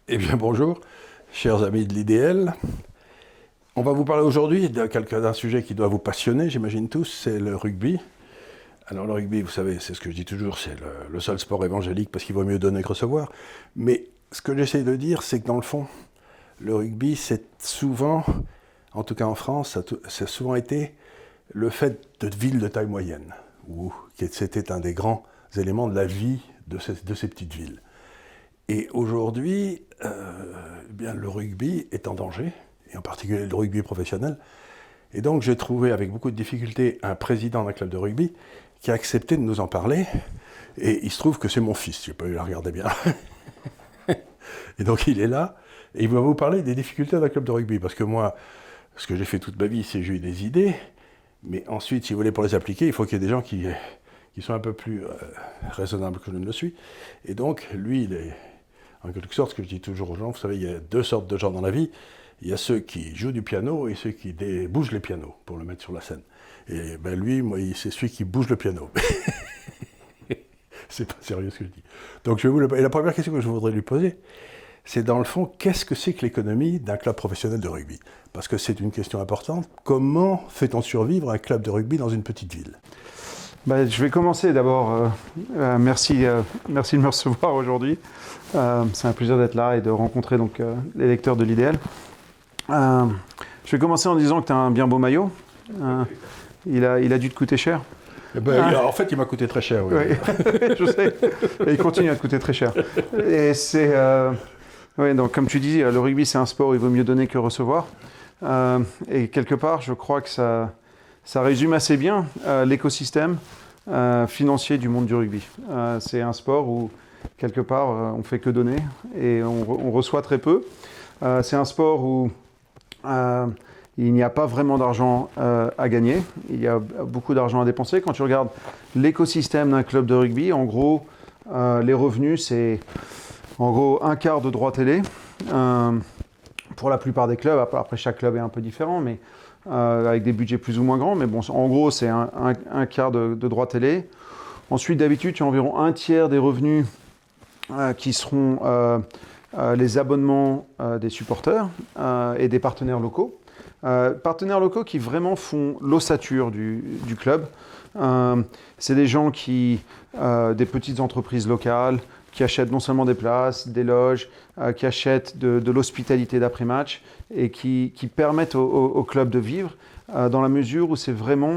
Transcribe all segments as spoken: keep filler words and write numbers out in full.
Eh bien bonjour, chers amis de l'I D L. On va vous parler aujourd'hui d'un sujet qui doit vous passionner, j'imagine tous, c'est le rugby. Alors le rugby, vous savez, c'est ce que je dis toujours, c'est le, le seul sport évangélique parce qu'il vaut mieux donner que recevoir. Mais ce que j'essaie de dire, c'est que dans le fond, le rugby, c'est souvent, en tout cas en France, ça a souvent été le fait de villes de taille moyenne, où c'était un des grands éléments de la vie de ces, de ces petites villes. Et aujourd'hui, euh, eh bien, le rugby est en danger, et en particulier le rugby professionnel. Et donc j'ai trouvé avec beaucoup de difficulté un président d'un club de rugby qui a accepté de nous en parler. Et il se trouve que c'est mon fils, je n'ai pas eu à regarder bien. Et donc il est là, et il va vous parler des difficultés d'un club de rugby. Parce que moi, ce que j'ai fait toute ma vie, c'est que j'ai eu des idées, mais ensuite, si vous voulez, pour les appliquer, il faut qu'il y ait des gens qui, qui sont un peu plus euh, raisonnables que je ne le suis. Et donc, lui, il est... En quelque sorte, ce que je dis toujours aux gens, vous savez, il y a deux sortes de gens dans la vie. Il y a ceux qui jouent du piano et ceux qui dé- bougent les pianos pour le mettre sur la scène. Et ben lui, moi, c'est celui qui bouge le piano. C'est pas sérieux ce que je dis. Donc je vais vous le... Et la première question que je voudrais lui poser, c'est dans le fond, qu'est-ce que c'est que l'économie d'un club professionnel de rugby? Parce que c'est une question importante. Comment fait-on survivre un club de rugby dans une petite ville? Bah, je vais commencer d'abord. Euh, euh, merci, euh, merci de me recevoir aujourd'hui. Euh, c'est un plaisir d'être là et de rencontrer donc, euh, les lecteurs de l'I D L. Euh, je vais commencer en disant que tu as un bien beau maillot. Euh, il, a, il a dû te coûter cher. Eh ben, ah. En fait, il m'a coûté très cher. Oui, oui. Je sais. Et il continue à te coûter très cher. Et c'est, euh, ouais, donc, comme tu dis, le rugby, c'est un sport où il vaut mieux donner que recevoir. Euh, et quelque part, je crois que ça... Ça résume assez bien euh, l'écosystème euh, financier du monde du rugby. Euh, c'est un sport où, quelque part, euh, on ne fait que donner et on, re on reçoit très peu. Euh, c'est un sport où euh, il n'y a pas vraiment d'argent euh, à gagner. Il y a beaucoup d'argent à dépenser. Quand tu regardes l'écosystème d'un club de rugby, en gros, euh, les revenus, c'est en gros un quart de droits télé. Euh, pour la plupart des clubs, après chaque club est un peu différent, mais Euh, avec des budgets plus ou moins grands, mais bon, en gros, c'est un, un, un quart de, de droits télé. Ensuite, d'habitude, tu as environ un tiers des revenus euh, qui seront euh, euh, les abonnements euh, des supporters euh, et des partenaires locaux. Euh, partenaires locaux qui vraiment font l'ossature du, du club. Euh, c'est des gens qui, euh, des petites entreprises locales, qui achètent non seulement des places, des loges, euh, qui achètent de, de l'hospitalité d'après-match et qui, qui permettent au, au, au club de vivre euh, dans la mesure où c'est vraiment,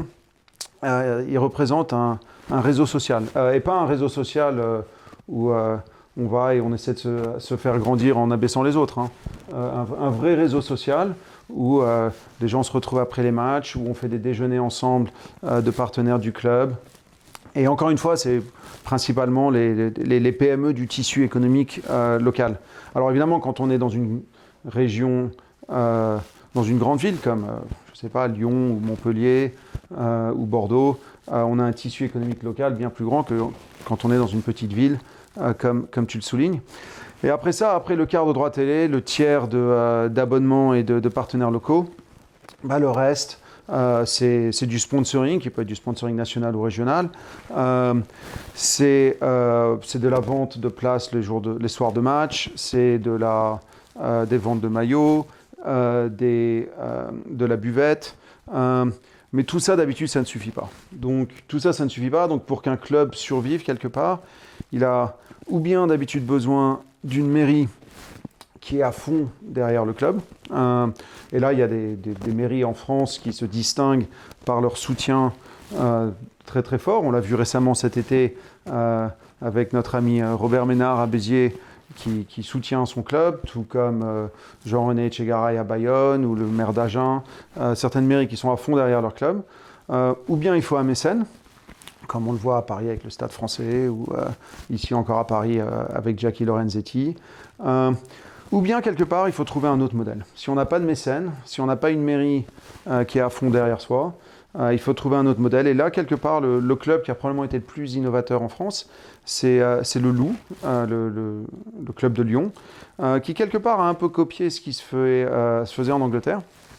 euh, ils représentent un, un réseau social. Euh, et pas un réseau social euh, où euh, on va et on essaie de se, se faire grandir en abaissant les autres. Hein. Euh, un, un vrai réseau social où euh, les gens se retrouvent après les matchs, où on fait des déjeuners ensemble euh, de partenaires du club. Et encore une fois, c'est principalement les, les, les P M E du tissu économique euh, local. Alors évidemment, quand on est dans une région, euh, dans une grande ville comme, euh, je ne sais pas, Lyon ou Montpellier euh, ou Bordeaux, euh, on a un tissu économique local bien plus grand que quand on est dans une petite ville, euh, comme, comme tu le soulignes. Et après ça, après le quart de droits télé, le tiers de, euh, d'abonnements et de, de partenaires locaux, bah, le reste... Euh, c'est, c'est du sponsoring, qui peut être du sponsoring national ou régional. Euh, c'est, euh, c'est de la vente de places les, jours de, les soirs de match, c'est de la, euh, des ventes de maillots, euh, des, euh, de la buvette. Euh, mais tout ça, d'habitude, ça ne suffit pas. Donc, tout ça, ça ne suffit pas. Donc, pour qu'un club survive quelque part, il a ou bien d'habitude besoin d'une mairie qui est à fond derrière le club. Euh, et là, il y a des, des, des mairies en France qui se distinguent par leur soutien euh, très très fort. On l'a vu récemment cet été euh, avec notre ami Robert Ménard à Béziers qui, qui soutient son club, tout comme euh, Jean-René Etchegaray à Bayonne ou le maire d'Agen, euh, certaines mairies qui sont à fond derrière leur club. Euh, ou bien il faut un mécène, comme on le voit à Paris avec le Stade français, ou euh, ici encore à Paris euh, avec Jackie Lorenzetti. Euh, Ou bien, quelque part, il faut trouver un autre modèle. Si on n'a pas de mécène, si on n'a pas une mairie euh, qui est à fond derrière soi, euh, il faut trouver un autre modèle. Et là, quelque part, le, le club qui a probablement été le plus innovateur en France, c'est, euh, c'est le Loup, euh, le, le, le club de Lyon, euh, qui, quelque part, a un peu copié ce qui se, fait, euh, se faisait en Angleterre,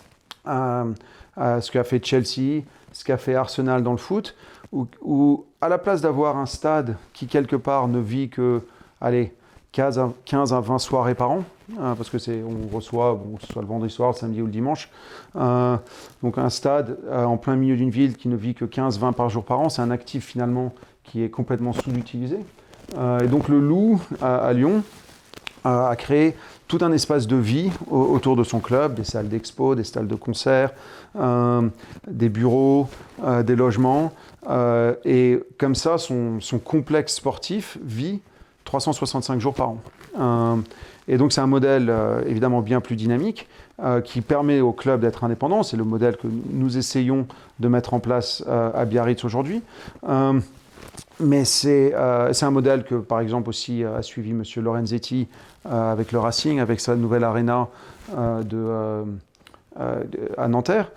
euh, euh, ce qu'a fait Chelsea, ce qu'a fait Arsenal dans le foot, où, où à la place d'avoir un stade qui, quelque part, ne vit que, allez, quinze à vingt soirées par an, hein, parce que c'est, on reçoit, bon, que ce soit le vendredi soir, le samedi ou le dimanche. Euh, donc un stade euh, en plein milieu d'une ville qui ne vit que quinze à vingt par jour par an, c'est un actif finalement qui est complètement sous-utilisé. Euh, et donc le Loup à, à Lyon euh, a créé tout un espace de vie au, autour de son club, des salles d'expo, des salles de concert, euh, des bureaux, euh, des logements. Euh, et comme ça, son, son complexe sportif vit trois cent soixante-cinq jours par an. Euh, et donc c'est un modèle euh, évidemment bien plus dynamique euh, qui permet au club d'être indépendant. C'est le modèle que nous essayons de mettre en place euh, à Biarritz aujourd'hui. Euh, mais c'est, euh, c'est un modèle que par exemple aussi euh, a suivi M. Lorenzetti euh, avec le Racing, avec sa nouvelle arena euh, de, euh, euh, à Nanterre.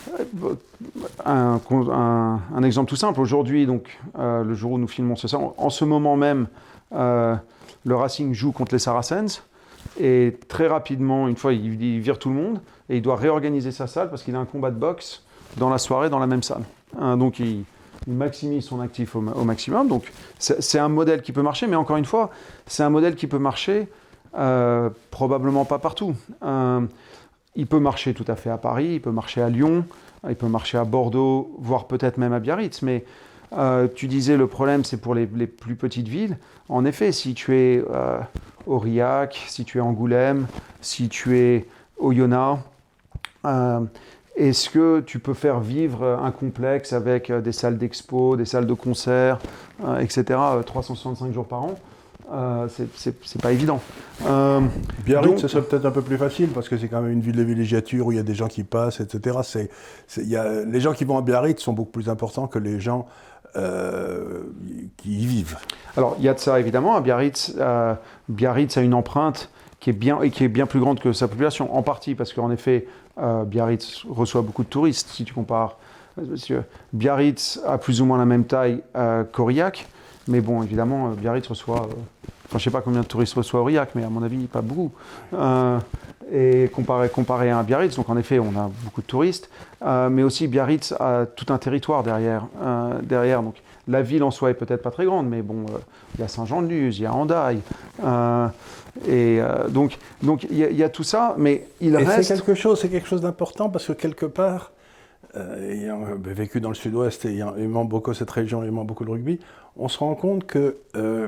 Un, un, un exemple tout simple, aujourd'hui, donc, euh, le jour où nous filmons ce en, en ce moment même, euh, le Racing joue contre les Saracens et très rapidement, une fois, il, il vire tout le monde et il doit réorganiser sa salle parce qu'il a un combat de boxe dans la soirée dans la même salle. Hein, donc il, il maximise son actif au, au maximum. Donc c'est, c'est un modèle qui peut marcher, mais encore une fois, c'est un modèle qui peut marcher euh, probablement pas partout. Euh, il peut marcher tout à fait à Paris, il peut marcher à Lyon, il peut marcher à Bordeaux, voire peut-être même à Biarritz, mais Euh, tu disais le problème c'est pour les, les plus petites villes. En effet, si tu es euh, Aurillac, si tu es Angoulême, si tu es Oyonnax, euh, est-ce que tu peux faire vivre un complexe avec euh, des salles d'expo, des salles de concert, euh, et cetera euh, trois cent soixante-cinq jours par an? Euh, c'est, c'est, c'est pas évident. Euh, Biarritz, donc, ce serait peut-être un peu plus facile parce que c'est quand même une ville de villégiature où il y a des gens qui passent, et cetera. C'est, c'est, il y a, les gens qui vont à Biarritz sont beaucoup plus importants que les gens euh, qui y vivent. Alors, il y a de ça évidemment. À Biarritz, euh, Biarritz a une empreinte qui est bien, et qui est bien plus grande que sa population, en partie parce qu'en effet, euh, Biarritz reçoit beaucoup de touristes. Si tu compares, parce que Biarritz a plus ou moins la même taille euh, qu'Aurillac. Mais bon, évidemment, Biarritz reçoit, euh, enfin je ne sais pas combien de touristes reçoit Aurillac, mais à mon avis, pas beaucoup. Euh, et comparé, comparé à Biarritz, donc en effet, on a beaucoup de touristes, euh, mais aussi Biarritz a tout un territoire derrière. Euh, derrière donc, la ville en soi est peut-être pas très grande, mais bon, il euh, y a Saint-Jean-de-Luz, il y a Hendaye, euh, et euh, donc il donc, y, y a tout ça, mais il et reste... c'est quelque chose, c'est quelque chose d'important parce que quelque part, Euh, ayant vécu dans le sud-ouest et ayant, aimant beaucoup cette région, aimant beaucoup le rugby, on se rend compte que euh,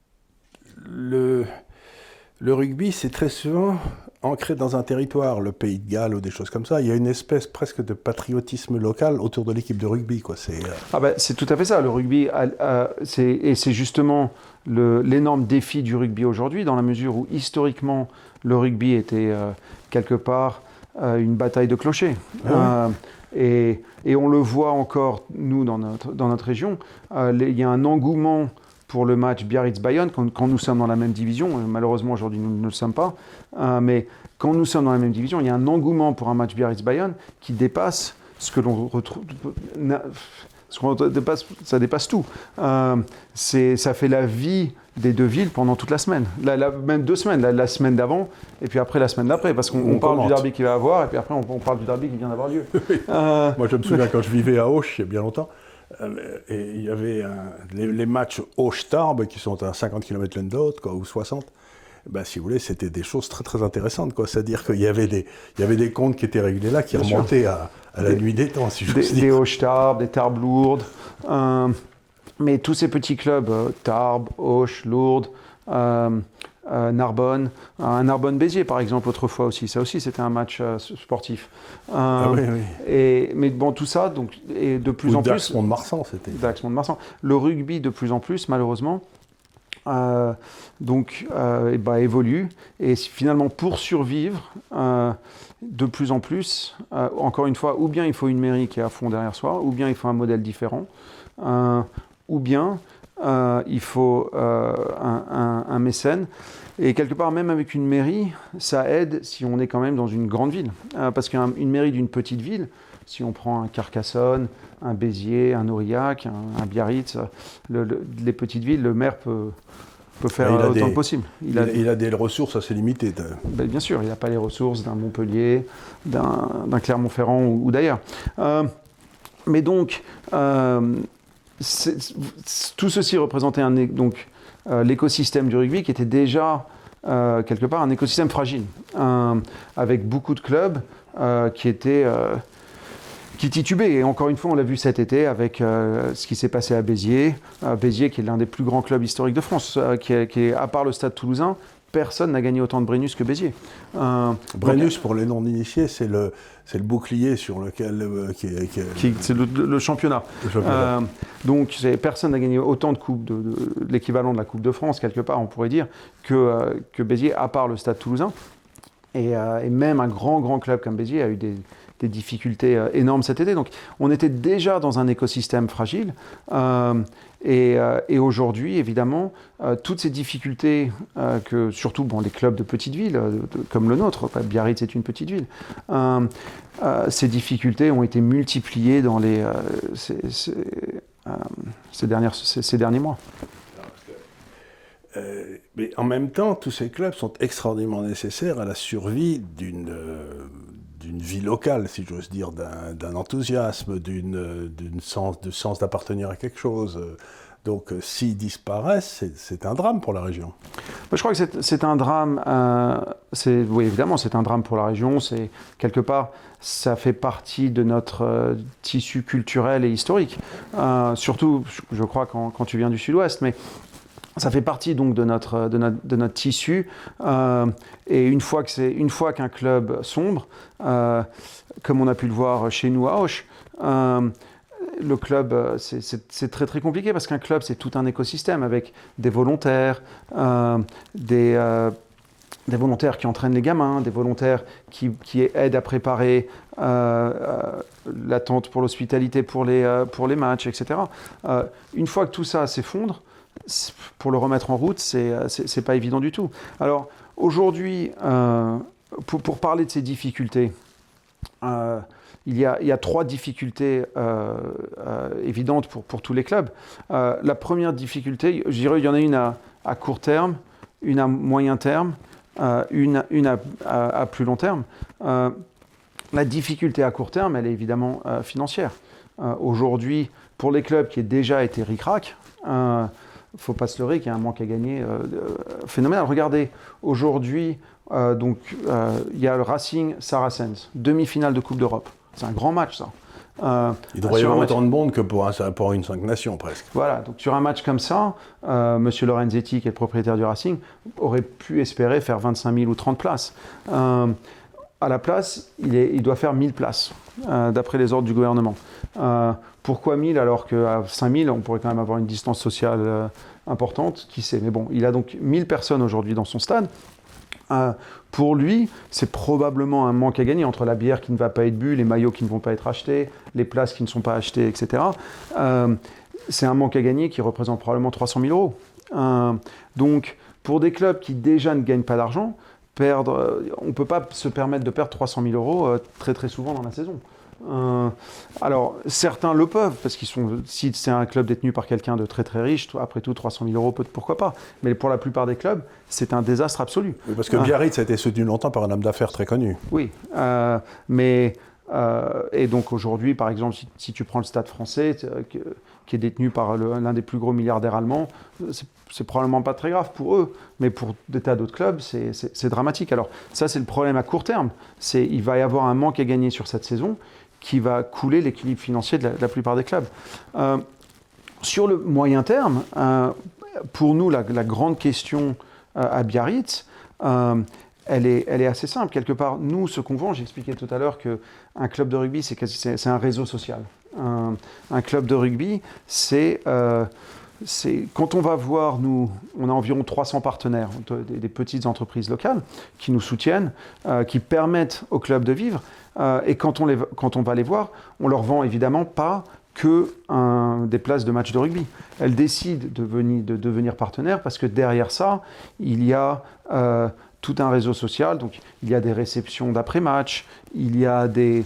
le, le rugby, c'est très souvent ancré dans un territoire, le Pays de Galles ou des choses comme ça. Il y a une espèce presque de patriotisme local autour de l'équipe de rugby, quoi. C'est, euh... ah ben, c'est tout à fait ça. Le rugby, a, a, c'est, et c'est justement le, l'énorme défi du rugby aujourd'hui, dans la mesure où historiquement, le rugby était euh, quelque part euh, une bataille de clochers. Ah oui. euh, Et, et on le voit encore, nous, dans notre, dans notre région, euh, il y a un engouement pour le match Biarritz-Bayonne quand, quand nous sommes dans la même division. Malheureusement, aujourd'hui, nous ne le sommes pas. Euh, mais quand nous sommes dans la même division, il y a un engouement pour un match Biarritz-Bayonne qui dépasse ce que l'on retrouve... Ce qu'on dépasse, ça dépasse tout. Euh, c'est, ça fait la vie des deux villes pendant toute la semaine. La, la, même deux semaines, la, la semaine d'avant et puis après la semaine d'après. Parce qu'on on parle commente. Du derby qu'il va avoir et puis après on, on parle du derby qui vient d'avoir lieu. euh, Moi je me souviens quand je vivais à Auch, il y a bien longtemps, euh, et il y avait un, les, les matchs Auch-Tarbes qui sont à cinquante kilomètres l'un de l'autre, quoi, ou soixante. Ben, si vous voulez, c'était des choses très très intéressantes, quoi. C'est-à-dire qu'il y avait des, il y avait des comptes qui étaient réglés là, qui bien remontaient à, à la des, nuit des temps, si je des, veux dire. Des Auch-Tarbes, des Tarbes Lourdes, euh, mais tous ces petits clubs, euh, Tarbes, Auch, Lourdes, euh, euh, Narbonne, un Narbonne-Béziers par exemple autrefois aussi, ça aussi c'était un match euh, sportif. Euh, ah oui, oui. Et, mais bon, tout ça, donc, et de plus Ou en Dax plus... Mont-de-Marsan, c'était. Dax Mont-de-Marsan. Le rugby de plus en plus, malheureusement, Euh, donc euh, et bah, évolue et finalement pour survivre euh, de plus en plus euh, encore une fois ou bien il faut une mairie qui est à fond derrière soi ou bien il faut un modèle différent euh, ou bien euh, il faut euh, un, un, un mécène et quelque part même avec une mairie ça aide si on est quand même dans une grande ville euh, parce qu'une mairie d'une petite ville, si on prend un Carcassonne, un Béziers, un Aurillac, un, un Biarritz, le, le, les petites villes, le maire peut, peut faire il autant des, que possible. Il, il, a, il a des ressources assez limitées. Ben, bien sûr, il n'a pas les ressources d'un Montpellier, d'un, d'un Clermont-Ferrand ou, ou d'ailleurs. Euh, mais donc, euh, c'est, c'est, tout ceci représentait un, donc, euh, l'écosystème du rugby qui était déjà euh, quelque part un écosystème fragile, un, avec beaucoup de clubs euh, qui étaient euh, qui titubaient. Et encore une fois, on l'a vu cet été avec euh, ce qui s'est passé à Béziers, euh, Béziers qui est l'un des plus grands clubs historiques de France, euh, qui, est, qui est à part le Stade Toulousain. Personne n'a gagné autant de Brennus que Béziers. Euh, Brennus, donc, pour les non-initiés, c'est le, c'est le bouclier sur lequel... Euh, qui, qui, qui, c'est le, le championnat. Le championnat. Euh, donc, c'est, personne n'a gagné autant de coupes, de, de, de l'équivalent de la Coupe de France, quelque part, on pourrait dire, que, euh, que Béziers, à part le Stade Toulousain. Et, euh, et même un grand, grand club comme Béziers a eu des, des difficultés euh, énormes cet été. Donc, on était déjà dans un écosystème fragile. Euh, Et, euh, et aujourd'hui, évidemment, euh, toutes ces difficultés euh, que, surtout bon, les clubs de petites villes, euh, de, comme le nôtre, Biarritz c'est une petite ville, euh, euh, ces difficultés ont été multipliées dans les, euh, ces, ces, euh, ces, dernières, ces, ces derniers mois. Euh, mais en même temps, tous ces clubs sont extraordinairement nécessaires à la survie d'une... Euh, d'une vie locale, si j'ose dire, d'un, d'un enthousiasme, d'une, d'une sens, de sens d'appartenir à quelque chose. Donc, euh, s'ils disparaissent, c'est, c'est un drame pour la région. Je crois que c'est, c'est un drame, euh, c'est, oui, évidemment, c'est un drame pour la région. C'est, quelque part, ça fait partie de notre euh, tissu culturel et historique. Euh, surtout, je crois, quand, quand tu viens du Sud-Ouest, mais ça fait partie donc de notre, de notre, de notre tissu. Euh, et une fois, que c'est, une fois qu'un club sombre, euh, comme on a pu le voir chez nous à Auch, euh, le club, c'est, c'est, c'est très très compliqué parce qu'un club, c'est tout un écosystème avec des volontaires, euh, des, euh, des volontaires qui entraînent les gamins, des volontaires qui, qui aident à préparer euh, euh, l'attente pour l'hospitalité, pour les, euh, pour les matchs, et cetera. Euh, une fois que tout ça s'effondre, pour le remettre en route, c'est, c'est, c'est pas évident du tout. Alors, aujourd'hui, euh, pour, pour parler de ces difficultés, euh, il, y a, il y a trois difficultés euh, euh, évidentes pour, pour tous les clubs. Euh, la première difficulté, je dirais, il y en a une à, à court terme, une à moyen terme, euh, une, une à, à, à plus long terme. Euh, la difficulté à court terme, elle est évidemment euh, financière. Euh, aujourd'hui, pour les clubs qui ont déjà été ric-rac, euh, il ne faut pas se leurrer qu'il y a un manque à gagner euh, phénoménal. Regardez, aujourd'hui, euh, donc, euh, il y a le Racing Saracens, demi-finale de Coupe d'Europe. C'est un grand match, ça. Euh, il devrait y avoir autant de monde que pour, un, pour une cinq nations, presque. Voilà, donc sur un match comme ça, euh, M. Lorenzetti, qui est le propriétaire du Racing, aurait pu espérer faire vingt-cinq mille ou trente places. Euh, à la place, il, est, il doit faire mille places, euh, d'après les ordres du gouvernement. Euh, pourquoi mille alors qu'à cinq mille, on pourrait quand même avoir une distance sociale euh, importante, qui sait. Mais bon, il a donc mille personnes aujourd'hui dans son stade. Euh, pour lui, c'est probablement un manque à gagner entre la bière qui ne va pas être bue, les maillots qui ne vont pas être achetés, les places qui ne sont pas achetées, et cetera. Euh, c'est un manque à gagner qui représente probablement trois cent mille euros. Euh, donc, pour des clubs qui déjà ne gagnent pas d'argent, perdre, euh, on ne peut pas se permettre de perdre trois cent mille euros euh, très très souvent dans la saison. Euh, alors, certains le peuvent, parce qu'ils sont, si c'est un club détenu par quelqu'un de très très riche, après tout, trois cent mille euros, pourquoi pas. Mais pour la plupart des clubs, c'est un désastre absolu. Oui, parce que Biarritz a été soutenu longtemps par un homme d'affaires très connu. Oui, euh, mais... Euh, et donc aujourd'hui, par exemple, si, si tu prends le Stade français, euh, qui, qui est détenu par le, l'un des plus gros milliardaires allemands, c'est, c'est probablement pas très grave pour eux, mais pour des tas d'autres clubs, c'est, c'est, c'est dramatique. Alors ça, c'est le problème à court terme. C'est, il va y avoir un manque à gagner sur cette saison qui va couler l'équilibre financier de la, de la plupart des clubs. Euh, sur le moyen terme, euh, pour nous, la, la grande question euh, à Biarritz, euh, Elle est, elle est assez simple. Quelque part, nous, ce qu'on vend, j'expliquais tout à l'heure qu'un club de rugby, c'est, c'est, c'est un réseau social. Un, un club de rugby, c'est, euh, c'est... Quand on va voir, nous, on a environ trois cents partenaires, des, des petites entreprises locales qui nous soutiennent, euh, qui permettent au club de vivre. Euh, et quand on, les, quand on va les voir, on leur vend évidemment pas que un, des places de match de rugby. Elles décident de, venir, de devenir partenaires parce que derrière ça, il y a... Euh, tout un réseau social, donc il y a des réceptions d'après-match, il y a des...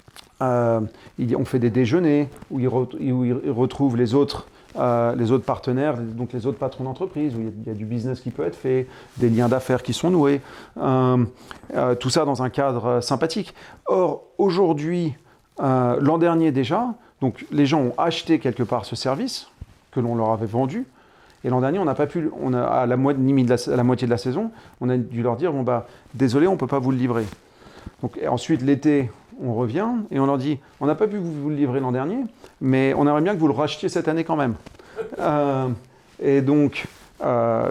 Euh, il y a, on fait des déjeuners où ils, re, où ils retrouvent les autres, euh, les autres partenaires, donc les autres patrons d'entreprise, où il y, a, il y a du business qui peut être fait, des liens d'affaires qui sont noués, euh, euh, tout ça dans un cadre sympathique. Or, aujourd'hui, euh, l'an dernier déjà, Donc les gens ont acheté quelque part ce service que l'on leur avait vendu. Et l'an dernier, on n'a pas pu, on a, à, la moitié, de la, à la moitié de la saison, on a dû leur dire, bon bah, désolé, on ne peut pas vous le livrer. Donc, et ensuite, l'été, on revient et on leur dit, on n'a pas pu vous, vous le livrer l'an dernier, mais on aimerait bien que vous le rachetiez cette année quand même. euh, et donc, euh,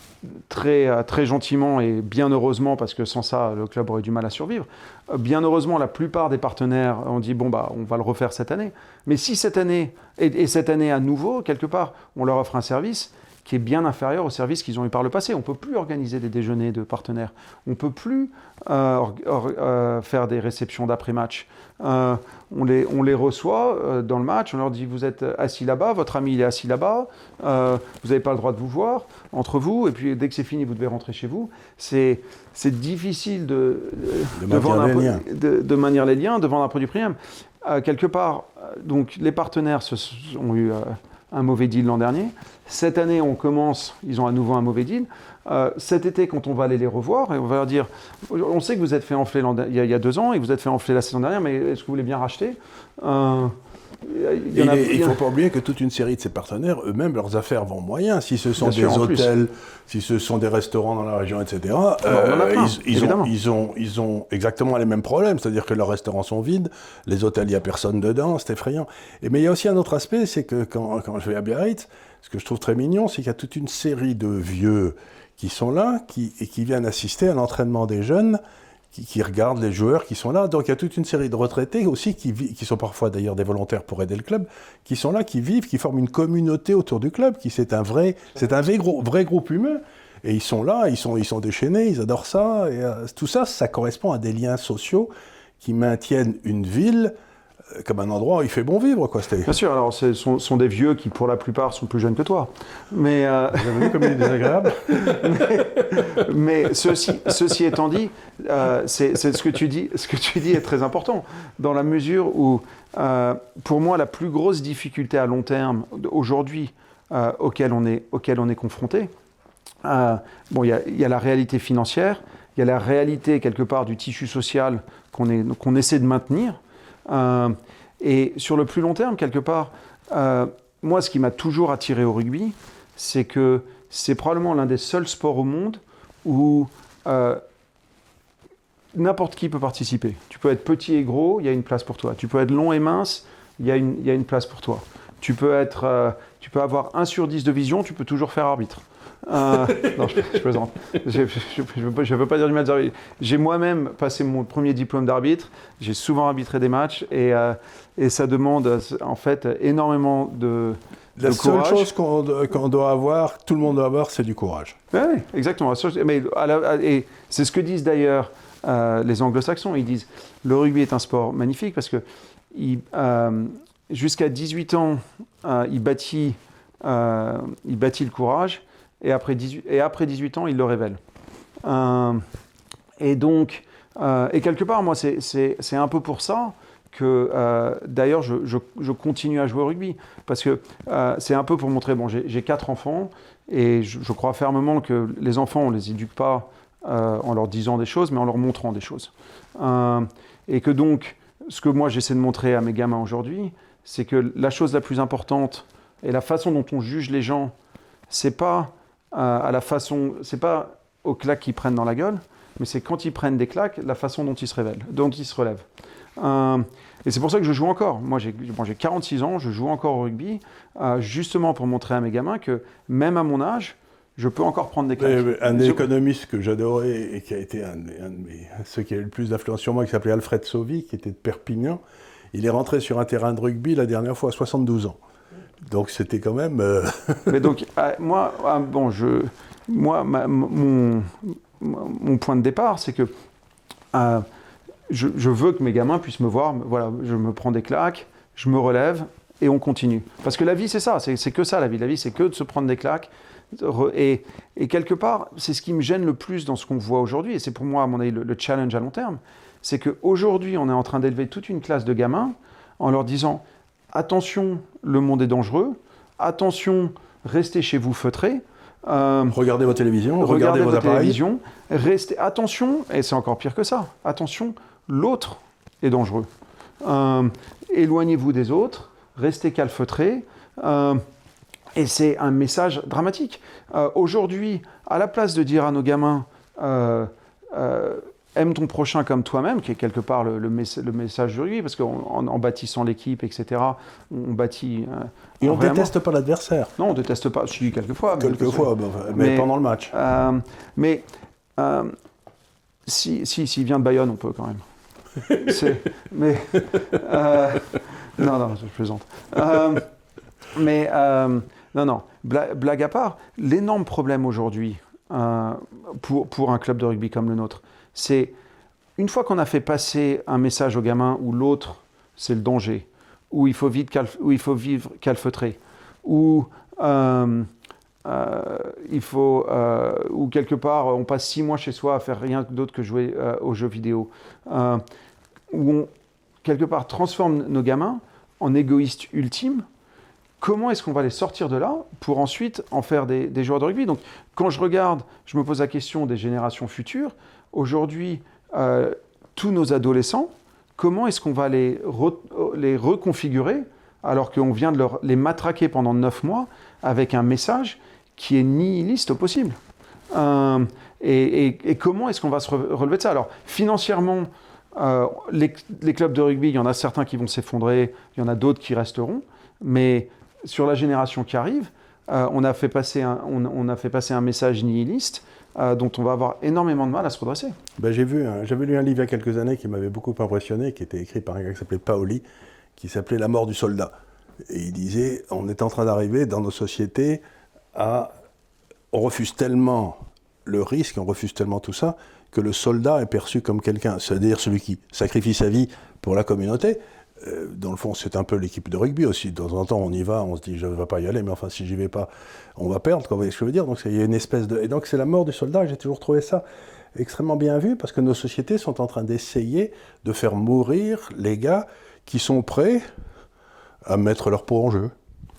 très, très gentiment et bien heureusement, parce que sans ça, le club aurait du mal à survivre, bien heureusement, la plupart des partenaires ont dit, bon, bah, on va le refaire cette année. Mais si cette année, et, et cette année à nouveau, quelque part, on leur offre un service qui est bien inférieur au service qu'ils ont eu par le passé. On ne peut plus organiser des déjeuners de partenaires. On ne peut plus euh, or, or, euh, faire des réceptions d'après-match. Euh, on, les, on les reçoit euh, dans le match, on leur dit, vous êtes assis là-bas, votre ami il est assis là-bas, euh, vous n'avez pas le droit de vous voir entre vous, et puis dès que c'est fini, vous devez rentrer chez vous. C'est, c'est difficile de, de, de, vendre les un, de, de maintenir les liens, de vendre un produit premium. Euh, quelque part, donc, les partenaires se, ont eu... Euh, un mauvais deal l'an dernier. Cette année, on commence, ils ont à nouveau un mauvais deal. Euh, cet été, quand on va aller les revoir, et on va leur dire, on sait que vous êtes fait enfler il y, a, il y a deux ans et que vous êtes fait enfler la saison dernière, mais est-ce que vous voulez bien racheter euh, il, y en a, il ne faut pas oublier que toute une série de ces partenaires, eux-mêmes, leurs affaires vont moyen. Si ce sont bien des sûr, hôtels, si ce sont des restaurants dans la région, et cetera, euh, plein, ils, ils, ont, ils, ont, ils ont exactement les mêmes problèmes. C'est-à-dire que leurs restaurants sont vides, les hôtels, il n'y a personne dedans, c'est effrayant. Et, mais il y a aussi un autre aspect, c'est que quand, quand je vais à Biarritz, ce que je trouve très mignon, c'est qu'il y a toute une série de vieux qui sont là qui, et qui viennent assister à l'entraînement des jeunes, Qui, qui regardent les joueurs qui sont là. Donc il y a toute une série de retraités aussi, qui, qui sont parfois d'ailleurs des volontaires pour aider le club, qui sont là, qui vivent, qui forment une communauté autour du club, qui c'est un vrai, c'est un vrai, gros, vrai groupe humain. Et ils sont là, ils sont, ils sont déchaînés, ils adorent ça. Et euh, tout ça, ça correspond à des liens sociaux qui maintiennent une ville comme un endroit où il fait bon vivre, quoi. C'était... Bien sûr, alors ce sont, sont des vieux qui, pour la plupart, sont plus jeunes que toi. Mais, euh... Vous avez vu comme il est désagréable. mais, mais ceci, ceci étant dit, euh, c'est, c'est ce que tu dis, ce que tu dis est très important, dans la mesure où, euh, pour moi, la plus grosse difficulté à long terme aujourd'hui euh, auquel on est, auquel on est confronté, euh, bon, il y a, y a la réalité financière, il y a la réalité quelque part du tissu social qu'on, est, qu'on essaie de maintenir. Euh, et sur le plus long terme, quelque part, euh, moi, ce qui m'a toujours attiré au rugby, c'est que c'est probablement l'un des seuls sports au monde où euh, n'importe qui peut participer. Tu peux être petit et gros, il y a une place pour toi. Tu peux être long et mince, il y a une, il y a une place pour toi. Tu peux, être, euh, tu peux avoir un sur dix de vision, tu peux toujours faire arbitre. Euh, non, je, je plaisante. Je ne veux, veux pas dire du mal d'arbitre. J'ai moi-même passé mon premier diplôme d'arbitre. J'ai souvent arbitré des matchs et, euh, et ça demande en fait énormément de, de La courage. La seule chose qu'on, qu'on doit avoir, tout le monde doit avoir, c'est du courage. Oui, exactement. Mais à la, et c'est ce que disent d'ailleurs euh, les anglo-saxons. Ils disent le rugby est un sport magnifique parce que il, euh, jusqu'à dix-huit ans, euh, il, bâtit, euh, il bâtit le courage. Et après, dix-huit, et après dix-huit ans, il le révèle. Euh, et donc, euh, et quelque part, moi, c'est, c'est, c'est un peu pour ça que, euh, d'ailleurs, je, je, je continue à jouer au rugby. Parce que euh, c'est un peu pour montrer, bon, j'ai, j'ai quatre enfants, et je, je crois fermement que les enfants, on ne les éduque pas euh, en leur disant des choses, mais en leur montrant des choses. Euh, et que donc, ce que moi, j'essaie de montrer à mes gamins aujourd'hui, c'est que la chose la plus importante, et la façon dont on juge les gens, c'est pas... Euh, à la façon, c'est pas aux claques qu'ils prennent dans la gueule, mais c'est quand ils prennent des claques, la façon dont ils se révèlent, dont ils se relèvent. Euh, et c'est pour ça que je joue encore. Moi, j'ai, bon, j'ai quarante-six ans, je joue encore au rugby, euh, justement pour montrer à mes gamins que même à mon âge, je peux encore prendre des claques. Mais, un économiste que j'adorais et qui a été un, un de mes, ceux qui a eu le plus d'influence sur moi, qui s'appelait Alfred Sauvy, qui était de Perpignan, il est rentré sur un terrain de rugby la dernière fois à soixante-douze ans. Donc c'était quand même... Euh... Mais donc, euh, moi, euh, bon, je, moi ma, mon, mon point de départ, c'est que euh, je, je veux que mes gamins puissent me voir, voilà, je me prends des claques, je me relève et on continue. Parce que la vie, c'est ça, c'est, c'est que ça la vie. La vie, c'est que de se prendre des claques. Et, et quelque part, c'est ce qui me gêne le plus dans ce qu'on voit aujourd'hui, et c'est pour moi, à mon avis, le, le challenge à long terme, c'est qu'aujourd'hui, on est en train d'élever toute une classe de gamins en leur disant... Attention, le monde est dangereux. Attention, restez chez vous feutrés. Euh, regardez vos télévisions, regardez, regardez vos appareils. Télévisions, restez, attention, et c'est encore pire que ça. Attention, l'autre est dangereux. Euh, éloignez-vous des autres. restez calfeutrés. Euh, et c'est un message dramatique. Euh, aujourd'hui, à la place de dire à nos gamins euh, euh, aime ton prochain comme toi-même, qui est quelque part le, le, mess le message du rugby, parce qu'en en, en bâtissant l'équipe, et cetera, on bâtit... Euh, et on ne déteste pas l'adversaire. Non, on ne déteste pas, si, quelquefois. Quelquefois, mais, mais, mais pendant le match. Euh, mais euh, si, si, s'il vient de Bayonne, on peut quand même. mais... Euh, non, non, je plaisante. Euh, mais... Euh, non, non, blague, blague à part, l'énorme problème aujourd'hui euh, pour, pour un club de rugby comme le nôtre, c'est une fois qu'on a fait passer un message aux gamins où l'autre, c'est le danger, où il faut, vite où il faut vivre calfeutré, où euh, euh, il faut, euh, où quelque part on passe six mois chez soi à faire rien d'autre que jouer euh, aux jeux vidéo, euh, où on quelque part transforme nos gamins en égoïstes ultimes. Comment est-ce qu'on va les sortir de là pour ensuite en faire des, des joueurs de rugby? Donc, quand je regarde, je me pose la question des générations futures. Aujourd'hui, euh, tous nos adolescents, comment est-ce qu'on va les, re, les reconfigurer alors qu'on vient de leur, les matraquer pendant neuf mois avec un message qui est nihiliste au possible? euh, et, et, et comment est-ce qu'on va se relever de ça? Alors, financièrement, euh, les, les clubs de rugby, il y en a certains qui vont s'effondrer, il y en a d'autres qui resteront, mais sur la génération qui arrive, euh, on, a fait passer un, on, on a fait passer un message nihiliste euh, dont on va avoir énormément de mal à se redresser. Ben, j'ai vu, hein, j'avais lu un livre il y a quelques années qui m'avait beaucoup impressionné, qui était écrit par un gars qui s'appelait Paoli, qui s'appelait La mort du soldat. Et il disait, on est en train d'arriver dans nos sociétés à... On refuse tellement le risque, on refuse tellement tout ça, que le soldat est perçu comme quelqu'un, c'est-à-dire celui qui sacrifie sa vie pour la communauté. Euh, dans le fond, c'est un peu l'équipe de rugby aussi. De temps en temps, on y va, on se dit, je ne vais pas y aller, mais enfin, si j'y vais pas, on va perdre. Vous voyez ce que je veux dire? Donc, il y a une espèce de... Et donc, c'est la mort du soldat. J'ai toujours trouvé ça extrêmement bien vu, parce que nos sociétés sont en train d'essayer de faire mourir les gars qui sont prêts à mettre leur peau en jeu.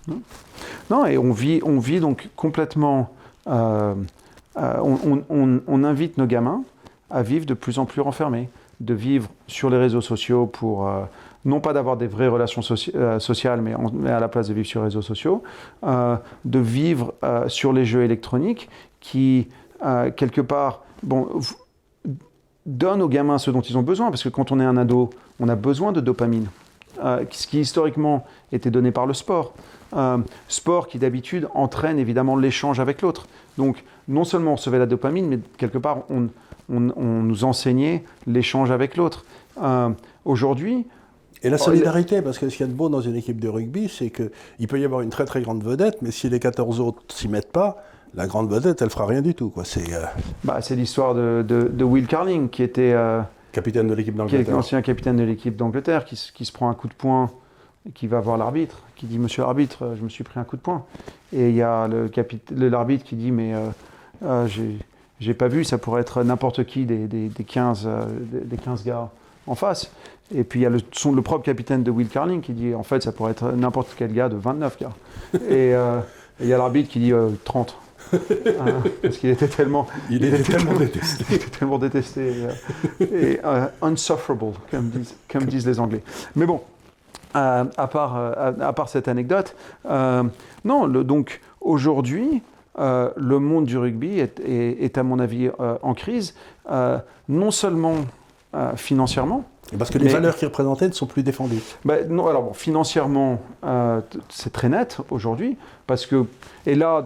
Non, et on vit, on vit donc complètement... Euh, euh, on, on, on invite nos gamins à vivre de plus en plus renfermés, de vivre sur les réseaux sociaux pour... Euh, non pas d'avoir des vraies relations soci euh, sociales, mais, en, mais à la place de vivre sur les réseaux sociaux, euh, de vivre euh, sur les jeux électroniques qui, euh, quelque part, bon, donnent aux gamins ce dont ils ont besoin, parce que quand on est un ado, on a besoin de dopamine, euh, ce qui historiquement était donné par le sport. Euh, sport qui d'habitude entraîne évidemment l'échange avec l'autre. Donc non seulement on recevait la dopamine, mais quelque part on, on, on nous enseignait l'échange avec l'autre. Euh, Aujourd'hui, et la solidarité, parce que ce qu'il y a de beau dans une équipe de rugby, c'est qu'il peut y avoir une très très grande vedette, mais si les quatorze autres s'y mettent pas, la grande vedette, elle fera rien du tout, quoi. C'est euh... bah, c'est l'histoire de, de, de Will Carling, qui était euh, capitaine de l'équipe d'Angleterre. Qui est l'ancien capitaine de l'équipe d'Angleterre, qui, qui se prend un coup de poing et qui va voir l'arbitre, qui dit « Monsieur l'arbitre, je me suis pris un coup de poing ». Et il y a l'arbitre qui dit « Mais euh, euh, j'ai pas vu, ça pourrait être n'importe qui des, des, des, quinze, euh, des, des quinze gars en face ». Et puis il y a le, son, le propre capitaine de Will Carling qui dit en fait ça pourrait être n'importe quel gars de vingt-neuf gars. Et euh, il y a l'arbitre qui dit euh, trente. euh, parce qu'il était tellement, il, il était, était tellement détesté. Il était tellement détesté. Euh, et euh, unsufferable, comme disent, comme disent les Anglais. Mais bon, euh, à, part, euh, à part cette anecdote, euh, non, le, donc aujourd'hui, euh, le monde du rugby est, est, est à mon avis euh, en crise, euh, non seulement euh, financièrement. Parce que les mais, valeurs qui représentaient ne sont plus défendues. Ben non, alors bon, financièrement, euh, c'est très net aujourd'hui, parce que, et là,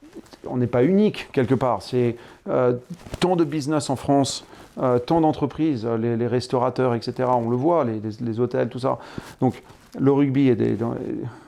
on n'est pas unique quelque part, c'est euh, tant de business en France, euh, tant d'entreprises, les, les restaurateurs, et cetera, on le voit, les, les, les hôtels, tout ça. Donc, le rugby, et des, dans,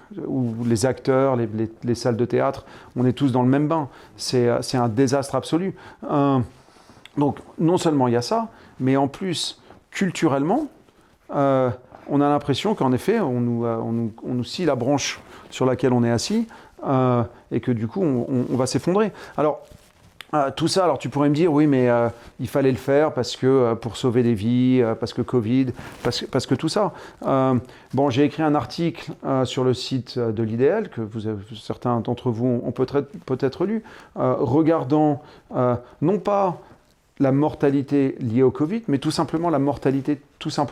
ou les acteurs, les, les, les salles de théâtre, on est tous dans le même bain. C'est un désastre absolu. Euh, donc, non seulement il y a ça, mais en plus, culturellement, euh, on a l'impression qu'en effet, on nous, euh, on, nous, on nous scie la branche sur laquelle on est assis euh, et que du coup, on, on, on va s'effondrer. Alors, euh, tout ça, alors tu pourrais me dire, oui, mais euh, il fallait le faire parce que, euh, pour sauver des vies, euh, parce que Covid, parce que, parce que tout ça. Euh, bon, j'ai écrit un article euh, sur le site de l'I D L, que vous avez, certains d'entre vous ont, ont peut-être peut-être lu, euh, regardant euh, non pas la mortalité liée au Covid, mais tout simplement la mortalité tout simplement.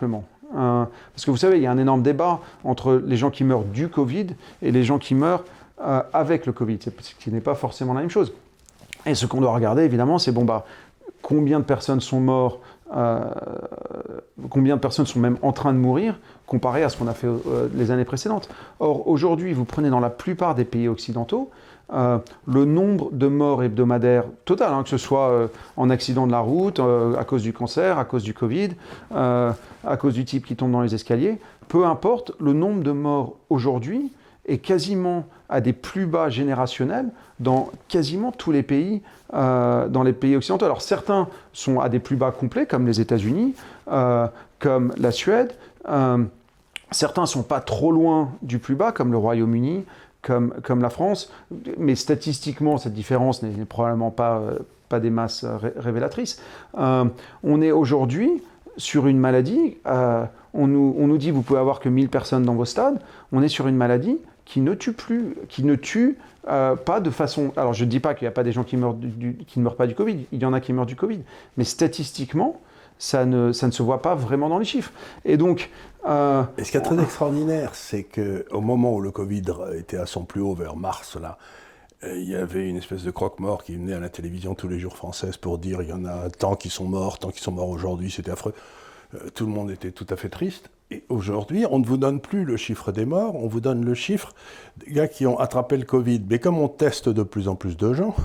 Euh, parce que vous savez, il y a un énorme débat entre les gens qui meurent du Covid et les gens qui meurent euh, avec le Covid, c'est, ce qui n'est pas forcément la même chose. Et ce qu'on doit regarder, évidemment, c'est bon, bah, combien de personnes sont mortes, euh, combien de personnes sont même en train de mourir, comparé à ce qu'on a fait euh, les années précédentes. Or, aujourd'hui, vous prenez dans la plupart des pays occidentaux, Euh, le nombre de morts hebdomadaires total, hein, que ce soit euh, en accident de la route, euh, à cause du cancer, à cause du Covid, euh, à cause du type qui tombe dans les escaliers, peu importe, le nombre de morts aujourd'hui est quasiment à des plus bas générationnels dans quasiment tous les pays, euh, dans les pays occidentaux. Alors certains sont à des plus bas complets, comme les États-Unis, euh, comme la Suède. Euh, certains sont pas trop loin du plus bas, comme le Royaume-Uni, Comme, comme la France, mais statistiquement, cette différence n'est probablement pas, euh, pas des masses ré révélatrices. Euh, on est aujourd'hui sur une maladie, euh, on, nous, on nous dit vous pouvez avoir que mille personnes dans vos stades, on est sur une maladie qui ne tue plus, qui ne tue euh, pas de façon... Alors je ne dis pas qu'il n'y a pas des gens qui, meurent du, du, qui ne meurent pas du Covid, il y en a qui meurent du Covid, mais statistiquement, ça ne, ça ne se voit pas vraiment dans les chiffres. Et donc... Euh, Et ce qui est très extraordinaire, c'est qu'au moment où le Covid était à son plus haut, vers mars, là, il y avait une espèce de croque-mort qui venait à la télévision tous les jours française pour dire il y en a tant qui sont morts, tant qui sont morts aujourd'hui, c'était affreux. Euh, tout le monde était tout à fait triste. Et aujourd'hui, on ne vous donne plus le chiffre des morts, on vous donne le chiffre des gars qui ont attrapé le Covid. Mais comme on teste de plus en plus de gens...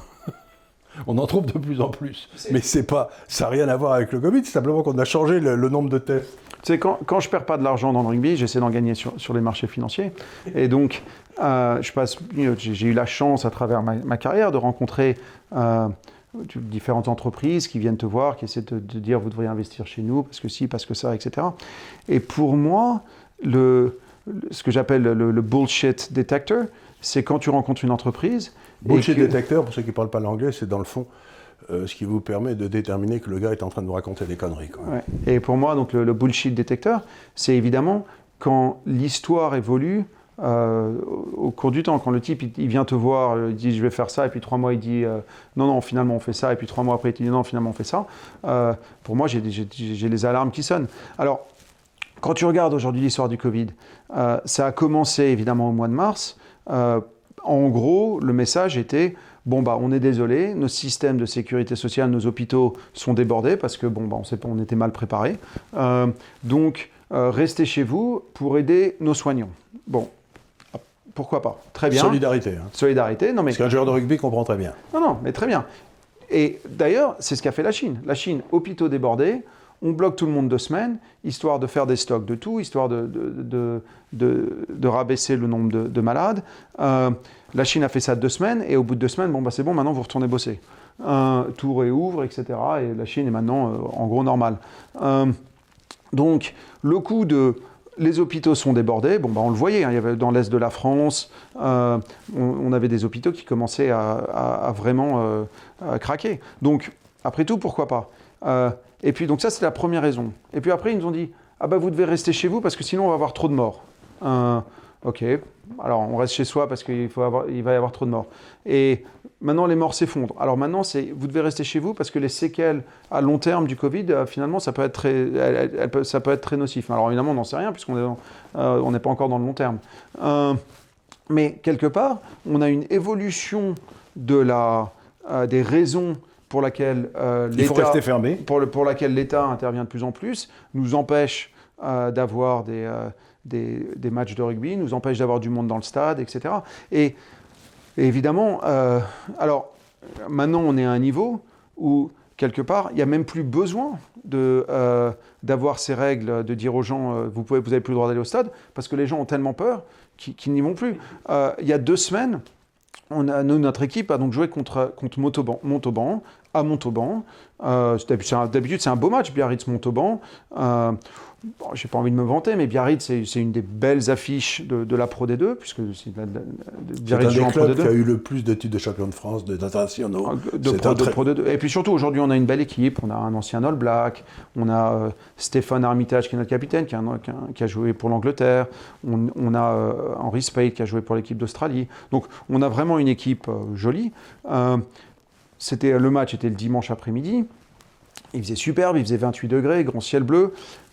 On en trouve de plus en plus. Mais c'est pas, ça n'a rien à voir avec le Covid, c'est simplement qu'on a changé le, le nombre de tests. Tu sais, quand, quand je ne perds pas de l'argent dans le rugby, j'essaie d'en gagner sur, sur les marchés financiers. Et donc, euh, je passe, j'ai eu la chance à travers ma, ma carrière de rencontrer euh, différentes entreprises qui viennent te voir, qui essaient de te dire vous devriez investir chez nous, parce que si, parce que ça, et cetera. Et pour moi, le, ce que j'appelle le, le bullshit detector, c'est quand tu rencontres une entreprise... Bullshit que... détecteur, pour ceux qui ne parlent pas l'anglais, c'est dans le fond euh, ce qui vous permet de déterminer que le gars est en train de vous raconter des conneries. Quoi. Ouais. Et pour moi, donc, le, le bullshit détecteur, c'est évidemment quand l'histoire évolue euh, au, au cours du temps. Quand le type, il, il vient te voir, il dit je vais faire ça, et puis trois mois, il dit euh, non, non, finalement on fait ça, et puis trois mois après, il dit non, finalement on fait ça. Euh, pour moi, j'ai, j'ai, j'ai les alarmes qui sonnent. Alors, quand tu regardes aujourd'hui l'histoire du Covid, euh, ça a commencé évidemment au mois de mars. Euh, En gros, le message était bon bah on est désolé, nos systèmes de sécurité sociale, nos hôpitaux sont débordés parce que bon bah on sait pas, on était mal préparés. Euh, donc euh, restez chez vous pour aider nos soignants. Bon, pourquoi pas. Très bien. Solidarité. Hein. Solidarité. Non mais. Parce qu'un joueur de rugby comprend très bien. Non non, mais très bien. Et d'ailleurs, c'est ce qu'a fait la Chine. La Chine, hôpitaux débordés. On bloque tout le monde deux semaines, histoire de faire des stocks de tout, histoire de, de, de, de, de rabaisser le nombre de, de malades. Euh, la Chine a fait ça deux semaines, et au bout de deux semaines, bon, bah, c'est bon, maintenant vous retournez bosser. Euh, tout réouvre, et cetera. Et la Chine est maintenant, euh, en gros, normale. Euh, donc, le coup de... Les hôpitaux sont débordés, bon, bah, on le voyait, hein, il y avait dans l'est de la France, euh, on, on avait des hôpitaux qui commençaient à, à, à vraiment euh, à craquer. Donc, après tout, pourquoi pas euh, Et puis, donc ça, c'est la première raison. Et puis après, ils nous ont dit, ah bah vous devez rester chez vous parce que sinon, on va avoir trop de morts. Euh, ok, alors on reste chez soi parce qu'il faut avoir, il va y avoir trop de morts. Et maintenant, les morts s'effondrent. Alors maintenant, c'est, vous devez rester chez vous parce que les séquelles à long terme du Covid, euh, finalement, ça peut être très, elle, elle peut, ça peut être très nocif. Alors évidemment, on n'en sait rien puisqu'on est euh, on n'est pas encore dans le long terme. Euh, mais quelque part, on a une évolution de la, euh, des raisons pour laquelle euh, l'État, il faut rester fermé. Pour, le, pour laquelle l'État intervient de plus en plus, nous empêche euh, d'avoir des, euh, des, des matchs de rugby, nous empêche d'avoir du monde dans le stade, et cetera. Et, et évidemment, euh, alors maintenant on est à un niveau où quelque part il n'y a même plus besoin de, euh, d'avoir ces règles, de dire aux gens euh, vous pouvez, vous n'avez plus le droit d'aller au stade, parce que les gens ont tellement peur qu'ils, qu'ils n'y vont plus. Euh, il y a deux semaines, On a, nous, notre équipe a donc joué contre, contre Montauban, Montauban, à Montauban. Euh, d'habitude, c'est un beau match, Biarritz-Montauban. Euh, bon, je n'ai pas envie de me vanter, mais Biarritz, c'est, c'est une des belles affiches de, de la Pro D deux, puisque c'est, la, la, la, Biarritz c'est un des clubs qui a eu le plus de titres de champion de France, d'internationaux. De, de, pro, de très... Pro D deux. Et puis surtout, aujourd'hui, on a une belle équipe. On a un ancien All Black, on a euh, Stéphane Armitage, qui est notre capitaine, qui a, un, qui a, qui a joué pour l'Angleterre. On, on a euh, Henry Spade, qui a joué pour l'équipe d'Australie. Donc, on a vraiment une équipe euh, jolie. Euh, C'était, le match était le dimanche après-midi. Il faisait superbe, il faisait vingt-huit degrés, grand ciel bleu.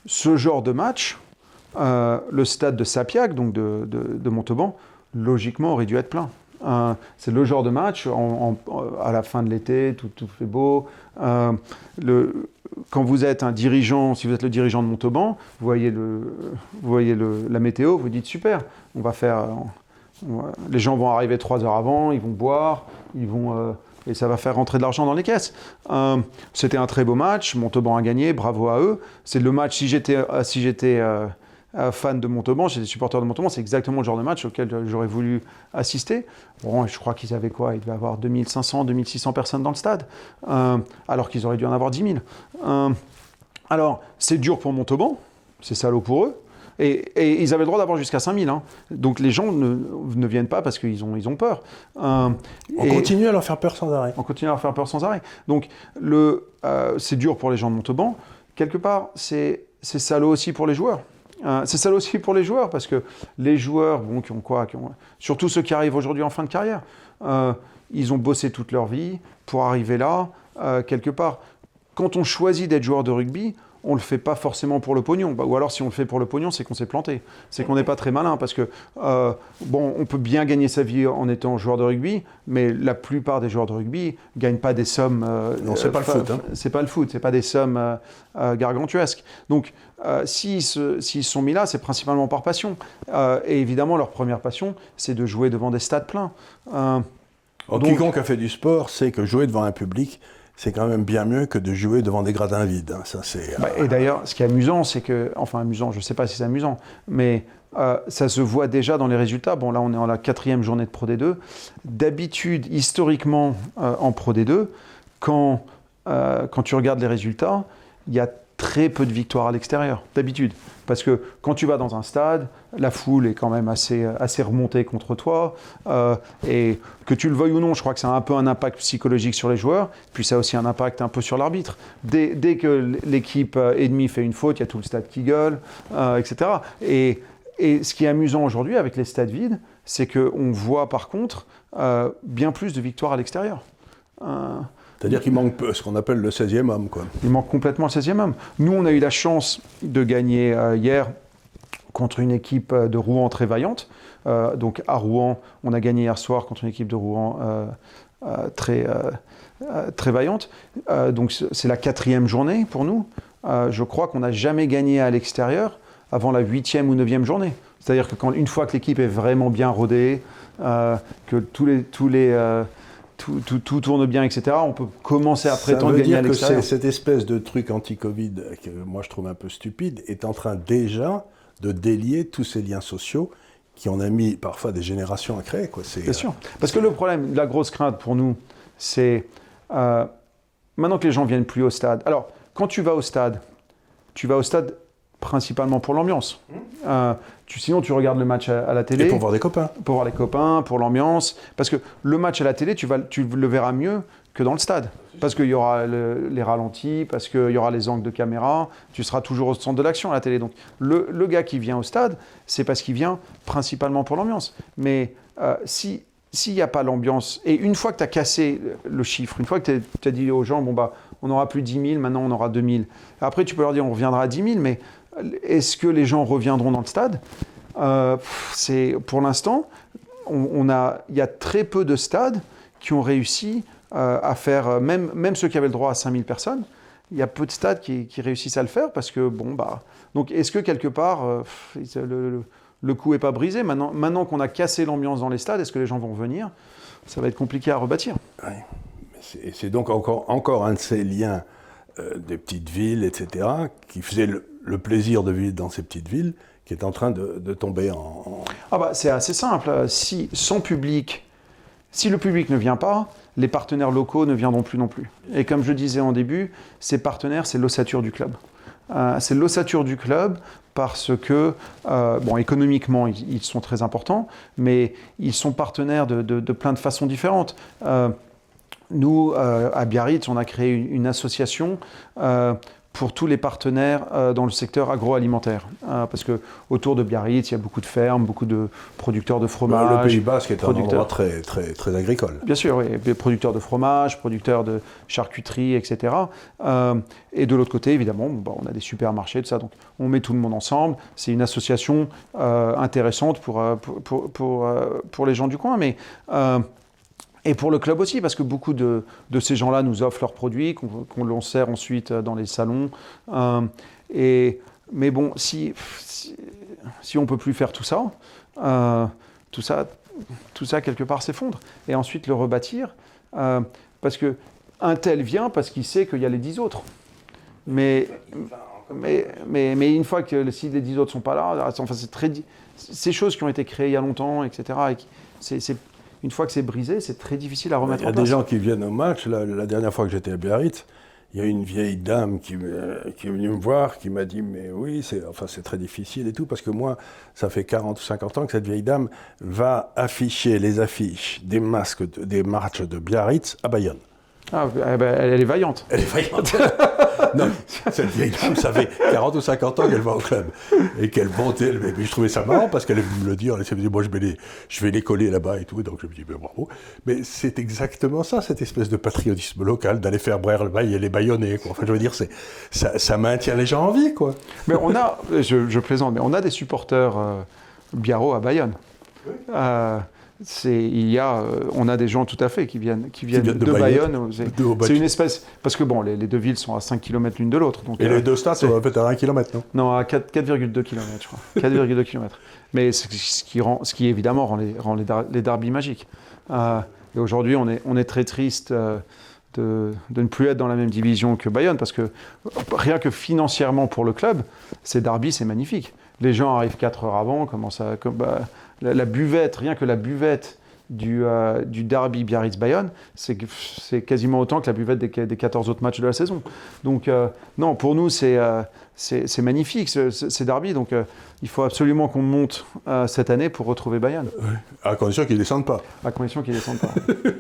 ce genre de match, euh, le stade de Sapiac, donc de, de, de Montauban, logiquement aurait dû être plein. Euh, c'est le genre de match, en, en, à la fin de l'été, tout, tout fait beau. Euh, le, quand vous êtes un dirigeant, si vous êtes le dirigeant de Montauban, vous voyez, le, vous voyez le, la météo, vous dites super, on va faire, on va, les gens vont arriver trois heures avant, ils vont boire, ils vont, euh, et ça va faire rentrer de l'argent dans les caisses. Euh, c'était un très beau match, Montauban a gagné, bravo à eux. C'est le match, si j'étais, si j'étais euh, fan de Montauban, j'étais supporter de Montauban, c'est exactement le genre de match auquel j'aurais voulu assister. Bon, je crois qu'ils avaient quoi? Il devait y avoir deux mille cinq cents, deux mille six cents personnes dans le stade, euh, alors qu'ils auraient dû en avoir dix mille. Euh, alors, c'est dur pour Montauban, c'est salaud pour eux, et, et ils avaient le droit d'avoir jusqu'à cinq mille. Hein. Donc les gens ne, ne viennent pas parce qu'ils ont, ils ont peur. Euh, on continue à leur faire peur sans arrêt. On continue à leur faire peur sans arrêt. Donc, le, euh, c'est dur pour les gens de Montauban. Quelque part, c'est, c'est salaud aussi pour les joueurs. Euh, c'est ça aussi pour les joueurs, parce que les joueurs, bon, qui ont quoi, qui ont, surtout ceux qui arrivent aujourd'hui en fin de carrière, euh, ils ont bossé toute leur vie pour arriver là, euh, quelque part. Quand on choisit d'être joueur de rugby, on ne le fait pas forcément pour le pognon. Bah, ou alors, si on le fait pour le pognon, c'est qu'on s'est planté. C'est qu'on n'est pas très malin, parce que, euh, bon, on peut bien gagner sa vie en étant joueur de rugby, mais la plupart des joueurs de rugby ne gagnent pas des sommes... Euh, non, c'est euh, pas le foot. Hein. C'est pas le foot, c'est pas des sommes euh, euh, gargantuesques. Donc, euh, s'ils se s'ils sont mis là, c'est principalement par passion. Euh, et évidemment, leur première passion, c'est de jouer devant des stades pleins. Euh, donc, quiconque a fait du sport sait que jouer devant un public, c'est quand même bien mieux que de jouer devant des gradins vides. Hein. Ça, c'est, euh... bah, et d'ailleurs, ce qui est amusant, c'est que, enfin amusant, je ne sais pas si c'est amusant, mais euh, ça se voit déjà dans les résultats. Bon, là, on est en la quatrième journée de Pro D deux. D'habitude, historiquement, euh, en Pro D deux, quand, euh, quand tu regardes les résultats, il y a très peu de victoires à l'extérieur, d'habitude. Parce que quand tu vas dans un stade, la foule est quand même assez, assez remontée contre toi. Euh, et que tu le veuilles ou non, je crois que ça a un peu un impact psychologique sur les joueurs. Puis ça a aussi un impact un peu sur l'arbitre. Dès, dès que l'équipe ennemie fait une faute, il y a tout le stade qui gueule, euh, et cetera. Et, et ce qui est amusant aujourd'hui avec les stades vides, c'est qu'on voit par contre euh, bien plus de victoires à l'extérieur. Euh, C'est-à-dire qu'il manque ce qu'on appelle le seizième homme, quoi. Il manque complètement le seizième homme. Nous, on a eu la chance de gagner euh, hier contre une équipe de Rouen très vaillante. Euh, donc à Rouen, on a gagné hier soir contre une équipe de Rouen euh, euh, très, euh, euh, très vaillante. Euh, donc c'est la quatrième journée pour nous. Euh, je crois qu'on n'a jamais gagné à l'extérieur avant la huitième ou neuvième journée. C'est-à-dire que quand, une fois que l'équipe est vraiment bien rodée, euh, que tous les... Tous les euh, Tout, tout, tout tourne bien, et cetera, on peut commencer à prétendre gagner à l'extérieur. Ça veut dire que cette espèce de truc anti-Covid, que moi je trouve un peu stupide, est en train déjà de délier tous ces liens sociaux qui on a mis parfois des générations à créer. Quoi. C'est, Bien sûr. Parce que le problème, la grosse crainte pour nous, c'est euh, maintenant que les gens ne viennent plus au stade. Alors, quand tu vas au stade, tu vas au stade principalement pour l'ambiance. Mmh. Euh, tu, sinon, tu regardes le match à, à la télé. Et pour voir des copains. Pour voir les copains, pour l'ambiance. Parce que le match à la télé, tu, vas, tu le verras mieux que dans le stade. Parce qu'il y aura le, les ralentis, parce qu'il y aura les angles de caméra. Tu seras toujours au centre de l'action à la télé. Donc, le, le gars qui vient au stade, c'est parce qu'il vient principalement pour l'ambiance. Mais euh, si... S'il n'y a pas l'ambiance, et une fois que tu as cassé le chiffre, une fois que tu as dit aux gens, bon bah, on n'aura plus dix mille, maintenant on aura deux mille. Après, tu peux leur dire, on reviendra à dix mille, mais est-ce que les gens reviendront dans le stade ? euh, c'est, Pour l'instant, on, on a, il y a très peu de stades qui ont réussi euh, à faire, même, même ceux qui avaient le droit à cinq mille personnes, il y a peu de stades qui, qui réussissent à le faire, parce que, bon, bah... Donc, est-ce que quelque part, euh, le, le Le coup n'est pas brisé. Maintenant, maintenant qu'on a cassé l'ambiance dans les stades, est-ce que les gens vont venir ? Ça va être compliqué à rebâtir. Oui. C'est, c'est donc encore, encore un de ces liens euh, des petites villes, et cetera, qui faisait le, le plaisir de vivre dans ces petites villes, qui est en train de, de tomber en... en... Ah bah, c'est assez simple. Si, sans public, si le public ne vient pas, les partenaires locaux ne viendront plus non plus. Et comme je disais en début, ces partenaires, c'est l'ossature du club. Euh, c'est l'ossature du club parce que, euh, bon, économiquement, ils, ils sont très importants, mais ils sont partenaires de, de, de plein de façons différentes. Euh, nous, euh, à Biarritz, on a créé une, une association euh, pour tous les partenaires euh, dans le secteur agroalimentaire. Euh, parce que autour de Biarritz, il y a beaucoup de fermes, beaucoup de producteurs de fromage. Le Pays Basque est un endroit très, très, très agricole. Bien sûr, oui. Des producteurs de fromage, producteurs de charcuterie, et cetera. Euh, et de l'autre côté, évidemment, bon, on a des supermarchés, tout ça. Donc, on met tout le monde ensemble. C'est une association euh, intéressante pour, pour, pour, pour, pour les gens du coin. Mais... Euh, Et pour le club aussi, parce que beaucoup de, de ces gens-là nous offrent leurs produits, qu'on qu'on l'on sert ensuite dans les salons. Euh, et, mais bon, si, si, si on ne peut plus faire tout ça, euh, tout ça, tout ça, quelque part, s'effondre. Et ensuite, le rebâtir, euh, parce qu'un tel vient parce qu'il sait qu'il y a les dix autres. Mais, mais, mais, mais une fois que si les dix autres ne sont pas là, enfin, c'est très, ces choses qui ont été créées il y a longtemps, et cetera, et c'est, c'est une fois que c'est brisé, c'est très difficile à remettre en place. Il y a des gens qui viennent au match. La, la dernière fois que j'étais à Biarritz, il y a une vieille dame qui, qui est venue me voir, qui m'a dit « Mais oui, c'est enfin, c'est très difficile et tout, parce que moi, ça fait quarante ou cinquante ans que cette vieille dame va afficher les affiches des masques, de, des matchs de Biarritz à Bayonne. » Ah, eh ben, elle est vaillante. Elle est vaillante. Non, cette vieille dame, ça fait quarante ou cinquante ans qu'elle va au club. Et qu'elle montait. Mais je trouvais ça marrant parce qu'elle est venue me le dire. Elle s'est dit, moi, je vais, les, je vais les coller là-bas et tout. Donc je me dis, ben, bravo. Mais c'est exactement ça, cette espèce de patriotisme local, d'aller faire brère le bail et les baïonner. Quoi. Enfin, je veux dire, c'est, ça, ça maintient les gens en vie, quoi. Mais on a, je, je plaisante, mais on a des supporters euh, biarro à Bayonne. Oui. Euh, C'est, il y a, euh, on a des gens tout à fait qui viennent, qui viennent, qui viennent de, de Bayonne. C'est, c'est une espèce, parce que bon, les, les deux villes sont à cinq kilomètres l'une de l'autre. Donc, et euh, les deux stades sont peut-être à un kilomètre, non? Non, à quatre virgule deux kilomètres, je crois. quatre virgule deux kilomètres. Mais ce qui, rend, ce qui évidemment rend les, rend les, dar, les derbies magiques. Euh, et aujourd'hui, on est, on est très triste euh, de, de ne plus être dans la même division que Bayonne, parce que rien que financièrement pour le club, ces derbies, c'est magnifique. Les gens arrivent quatre heures avant, commencent à... Comme, bah, La, la buvette, rien que la buvette du, euh, du derby Biarritz-Bayonne, c'est, c'est quasiment autant que la buvette des, des quatorze autres matchs de la saison. Donc, euh, non, pour nous, c'est, euh, c'est, c'est magnifique, ce, ce, ces derbys. Donc, euh, il faut absolument qu'on monte euh, cette année pour retrouver Bayonne. Ouais. À condition qu'ils ne descendent pas. À condition qu'ils ne descendent pas.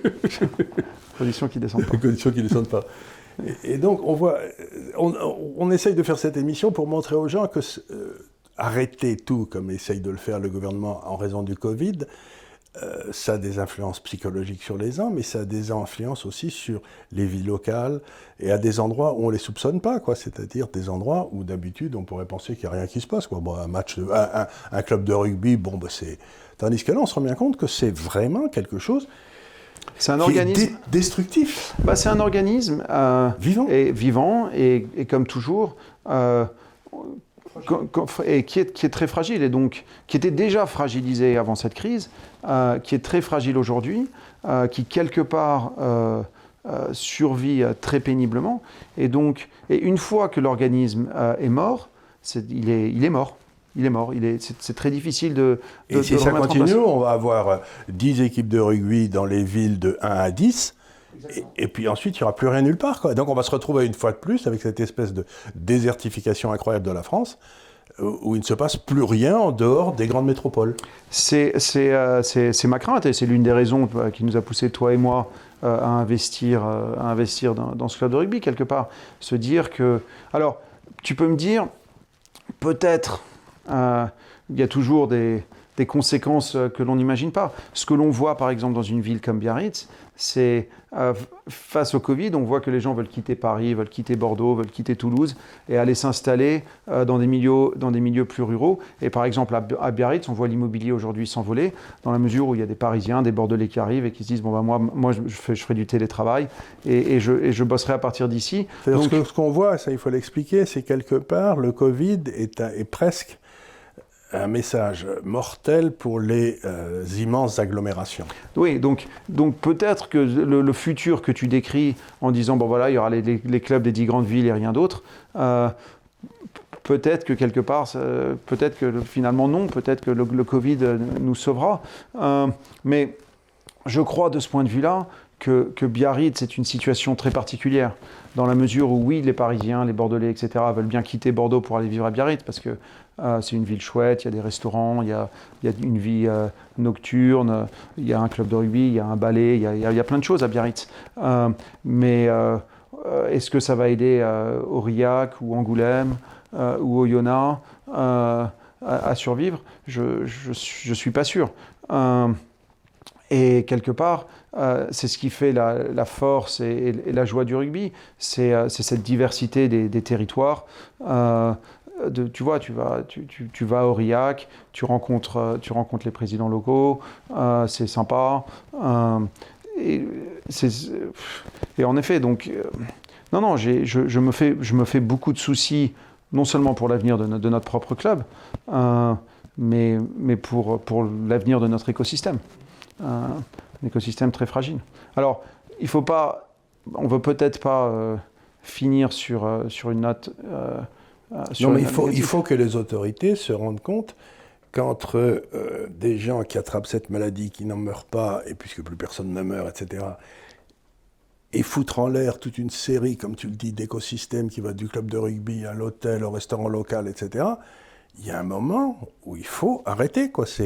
à condition qu'ils ne descendent pas. À condition qu'ils ne descendent pas. Et, et donc, on voit... On, on essaye de faire cette émission pour montrer aux gens que... Euh, arrêter tout, comme essaye de le faire le gouvernement en raison du Covid, euh, ça a des influences psychologiques sur les uns, mais ça a des influences aussi sur les vies locales et à des endroits où on ne les soupçonne pas, quoi. C'est-à-dire des endroits où d'habitude on pourrait penser qu'il n'y a rien qui se passe, quoi. Bon, un, match de, un, un, un club de rugby, bon, bah, c'est... Tandis que là, on se rend bien compte que c'est vraiment quelque chose c'est un qui organisme est dé- destructif. Bah, c'est un organisme euh, vivant. Et, vivant et, et comme toujours... Euh, et qui est, qui est très fragile, et donc qui était déjà fragilisé avant cette crise, euh, qui est très fragile aujourd'hui, euh, qui quelque part euh, euh, survit très péniblement, et donc et une fois que l'organisme euh, est mort, c'est, il, est, il est mort. Il est mort. Il est, c'est, c'est très difficile de, de Et si de ça continue, on va avoir dix équipes de rugby dans les villes de un à dix. Et, et puis ensuite, il n'y aura plus rien nulle part, quoi. Donc on va se retrouver une fois de plus avec cette espèce de désertification incroyable de la France, où il ne se passe plus rien en dehors des grandes métropoles. C'est, c'est, euh, c'est, c'est ma crainte, et c'est l'une des raisons euh, qui nous a poussé, toi et moi, euh, à investir, euh, à investir dans, dans ce club de rugby, quelque part. Se dire que... Alors, tu peux me dire, peut-être, euh, il y a toujours des... des conséquences que l'on n'imagine pas. Ce que l'on voit, par exemple, dans une ville comme Biarritz, c'est euh, face au Covid, on voit que les gens veulent quitter Paris, veulent quitter Bordeaux, veulent quitter Toulouse et aller s'installer euh, dans des milieux, dans des milieux plus ruraux. Et par exemple, à, à Biarritz, on voit l'immobilier aujourd'hui s'envoler dans la mesure où il y a des Parisiens, des Bordelais qui arrivent et qui se disent « bon ben moi, moi je, fais, je ferai du télétravail et, et, je, et je bosserai à partir d'ici ». Donc, ce, que, ce qu'on voit, ça il faut l'expliquer, c'est quelque part, le Covid est, un, est presque un message mortel pour les euh, immenses agglomérations. Oui, donc, donc peut-être que le, le futur que tu décris en disant, bon voilà, il y aura les, les, les clubs des dix grandes villes et rien d'autre, euh, peut-être que quelque part, euh, peut-être que finalement non, peut-être que le, le Covid nous sauvera. Euh, mais je crois de ce point de vue-là que, que Biarritz est une situation très particulière, dans la mesure où oui, les Parisiens, les Bordelais, et cetera veulent bien quitter Bordeaux pour aller vivre à Biarritz, parce que Euh, c'est une ville chouette, il y a des restaurants, il y a, il y a une vie euh, nocturne, il y a un club de rugby, il y a un ballet, il y a, il y a, il y a plein de choses à Biarritz. Euh, mais euh, euh, est-ce que ça va aider euh, Aurillac ou Angoulême euh, ou Oyonnax euh, à, à survivre? Je ne suis pas sûr. Euh, et quelque part, euh, c'est ce qui fait la, la force et, et, et la joie du rugby, c'est euh, cette diversité des, des territoires. Euh, de, tu vois, tu vas, tu, tu, tu vas à Aurillac, tu rencontres, tu rencontres les présidents locaux, euh, c'est sympa. Euh, et, et en effet, donc, euh, non, non, je, je, me fais, je me fais beaucoup de soucis, non seulement pour l'avenir de, no, de notre propre club, euh, mais, mais pour, pour l'avenir de notre écosystème. Euh, un écosystème très fragile. Alors, il faut pas, on veut peut-être pas euh, finir sur, euh, sur une note. Euh, sur non, mais il faut, il faut que les autorités se rendent compte qu'entre euh, des gens qui attrapent cette maladie, qui n'en meurent pas, et puisque plus personne ne meurt, et cetera, et foutre en l'air toute une série, comme tu le dis, d'écosystèmes qui va du club de rugby à l'hôtel, au restaurant local, et cetera, il y a un moment où il faut arrêter, quoi. C'est...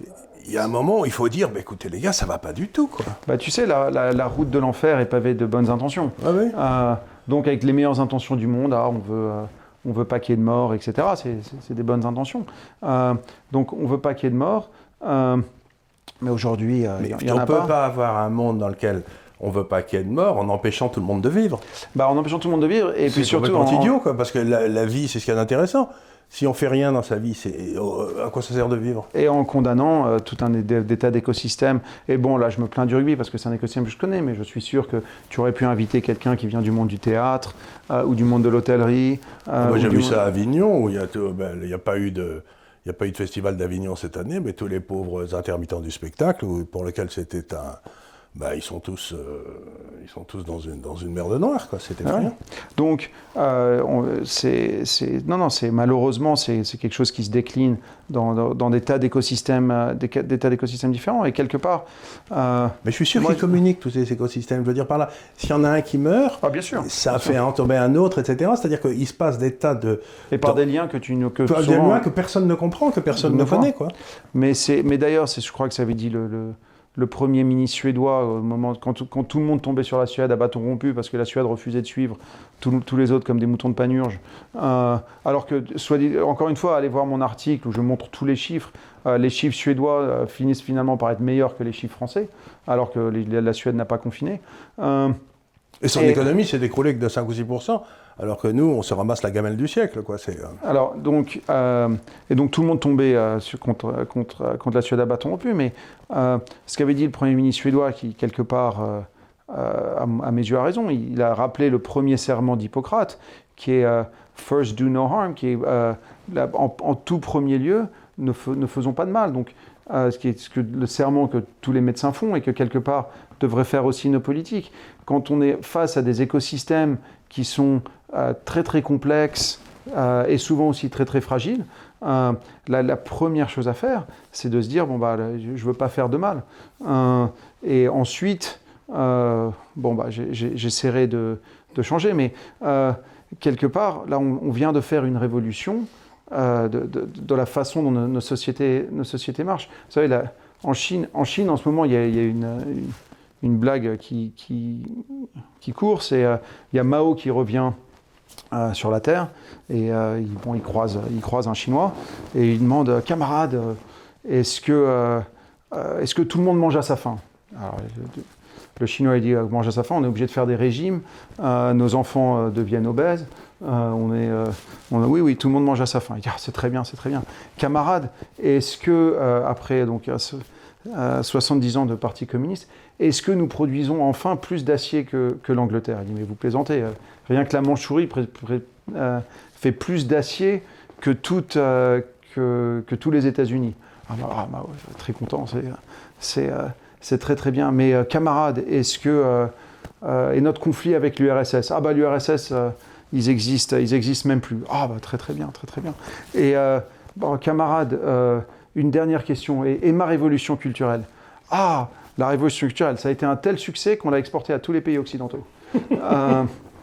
Il y a un moment où il faut dire, bah, écoutez les gars, ça va pas du tout, quoi. Bah, tu sais, la, la, la route de l'enfer est pavée de bonnes intentions. Ah oui. Euh, donc avec les meilleures intentions du monde, ah, on veut, euh, on veut pas qu'il y ait de morts, et cetera. C'est des bonnes intentions. Euh, donc on veut pas qu'il y ait de morts. Euh, mais aujourd'hui, euh, il y en a pas. On peut pas avoir un monde dans lequel on veut pas qu'il y ait de morts en empêchant tout le monde de vivre. Bah, en empêchant tout le monde de vivre, et puis surtout en... C'est idiot, quoi, parce que la, la vie, c'est ce qu'il y a d'intéressant. Si on fait rien dans sa vie, c'est à quoi ça sert de vivre? Et en condamnant euh, tout un des tas d'écosystèmes. Et bon, là, je me plains du rugby parce que c'est un écosystème que je connais, mais je suis sûr que tu aurais pu inviter quelqu'un qui vient du monde du théâtre euh, ou du monde de l'hôtellerie. Euh, Moi, j'ai vu monde... ça à Avignon, où il n'y a, ben, a pas eu de... Il n'y a pas eu de festival d'Avignon cette année, mais tous les pauvres intermittents du spectacle, pour lesquels c'était un... Bah, ils sont tous, euh, ils sont tous dans une dans une merde noire, quoi. C'était ah rien. Ouais. Donc, euh, c'est non non, c'est malheureusement c'est quelque chose qui se décline dans, dans, dans des tas d'écosystèmes, des, des tas d'écosystèmes différents et quelque part. Euh, Mais je suis sûr qu'ils communiquent tous ces écosystèmes. Je veux dire par là, s'il y en a un qui meurt, ah, bien sûr, ça bien fait sûr. en tomber un autre, et cetera. C'est-à-dire qu'il se passe des tas de et par dans, des liens que tu ne que par souvent, des liens que personne ne comprend, que personne ne connaît, quoi. Mais c'est mais d'ailleurs, c'est je crois que ça avait dit le, le le Premier ministre suédois, au moment, quand, quand tout le monde tombait sur la Suède à bâton rompu, parce que la Suède refusait de suivre tous tout les autres comme des moutons de Panurge. Euh, alors que, soit dit, encore une fois, allez voir mon article où je montre tous les chiffres. Euh, les chiffres suédois euh, finissent finalement par être meilleurs que les chiffres français, alors que les, la Suède n'a pas confiné. Euh, et son et, économie s'est décroulée que de cinq ou six pour cent. Alors que nous, on se ramasse la gamelle du siècle, quoi. C'est. Euh... Alors donc, euh, et donc tout le monde tombait euh, sur, contre, contre, contre la Suède à bâton rompu, mais euh, ce qu'avait dit le Premier ministre suédois, qui quelque part, euh, euh, à, à mes yeux, a raison, il, il a rappelé le premier serment d'Hippocrate, qui est euh, First do no harm, qui est euh, la, en, en tout premier lieu, ne, fe, ne faisons pas de mal. Donc, euh, ce qui est ce que, le serment que tous les médecins font et que quelque part devraient faire aussi nos politiques. Quand on est face à des écosystèmes qui sont euh, très très complexes euh, et souvent aussi très très fragiles, euh, la, la première chose à faire, c'est de se dire bon bah je ne veux pas faire de mal. Euh, et ensuite, euh, bon bah j'essaierai de, de changer, mais euh, quelque part là on, on vient de faire une révolution euh, de, de, de la façon dont nos, nos sociétés nos sociétés marchent. Vous savez là, en Chine, en Chine en ce moment il y a, il y a une, une une blague qui, qui, qui court, c'est euh, il y a Mao qui revient euh, sur la Terre et euh, il, bon, il, croise, il croise un Chinois et il demande « Camarade, euh, est-ce que, euh, euh, est-ce que tout le monde mange à sa faim ?» Alors, le, le Chinois il dit « Mange à sa faim, on est obligé de faire des régimes, euh, nos enfants euh, deviennent obèses, euh, on est, euh, on, oui, oui, tout le monde mange à sa faim. » Il dit ah, « C'est très bien, c'est très bien. Camarade, est-ce que, euh, après donc, euh, soixante-dix ans de parti communiste, est-ce que nous produisons enfin plus d'acier que, que l'Angleterre? Il dit, mais vous plaisantez, euh, rien que la Mandchourie pré, pré, euh, fait plus d'acier que, euh, que, que tous les États-Unis. Ah, bah, ah bah, ouais, très content, c'est euh, très très bien. Mais euh, camarades, est-ce que... Euh, euh, et notre conflit avec l'U R S S? Ah bah l'U R S S, euh, ils existent, ils existent même plus. Ah bah très très bien, très très bien. Et euh, bon, camarades, euh, une dernière question, et, et ma révolution culturelle? Ah, la révolution culturelle, ça a été un tel succès qu'on l'a exporté à tous les pays occidentaux. euh,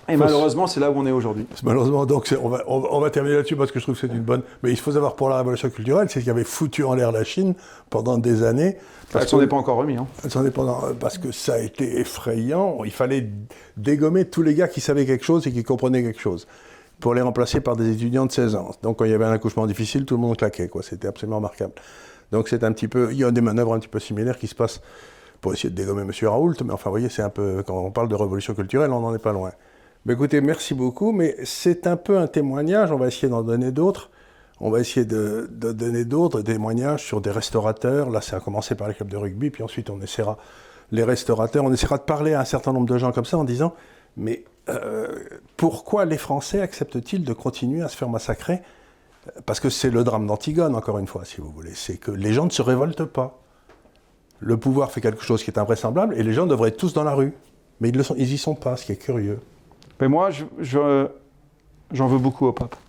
Et malheureusement, c'est là où on est aujourd'hui. Malheureusement, donc on va, on, va, on va terminer là-dessus parce que je trouve que c'est une bonne... Mais il faut savoir pour la révolution culturelle, c'est qu'il y avait foutu en l'air la Chine pendant des années. Elle ne s'en est pas encore remis. Hein. Elle s'en est pas... Parce que ça a été effrayant. Il fallait dégommer tous les gars qui savaient quelque chose et qui comprenaient quelque chose pour les remplacer par des étudiants de seize ans. Donc quand il y avait un accouchement difficile, tout le monde claquait, quoi. C'était absolument remarquable. Donc c'est un petit peu... Il y a des manœuvres un petit peu similaires qui se passent pour essayer de dégommer M. Raoult. Mais enfin, vous voyez, c'est un peu... Quand on parle de révolution culturelle, on n'en est pas loin. Mais écoutez, merci beaucoup, mais c'est un peu un témoignage, on va essayer d'en donner d'autres. On va essayer de, de donner d'autres témoignages sur des restaurateurs. Là, ça a commencé par les clubs de rugby, puis ensuite on essaiera, les restaurateurs, on essaiera de parler à un certain nombre de gens comme ça en disant, mais euh, pourquoi les Français acceptent-ils de continuer à se faire massacrer? Parce que c'est le drame d'Antigone, encore une fois, si vous voulez. C'est que les gens ne se révoltent pas. Le pouvoir fait quelque chose qui est invraisemblable, et les gens devraient être tous dans la rue. Mais ils n'y y sont pas, ce qui est curieux. Mais moi, je, je, j'en veux beaucoup au pape.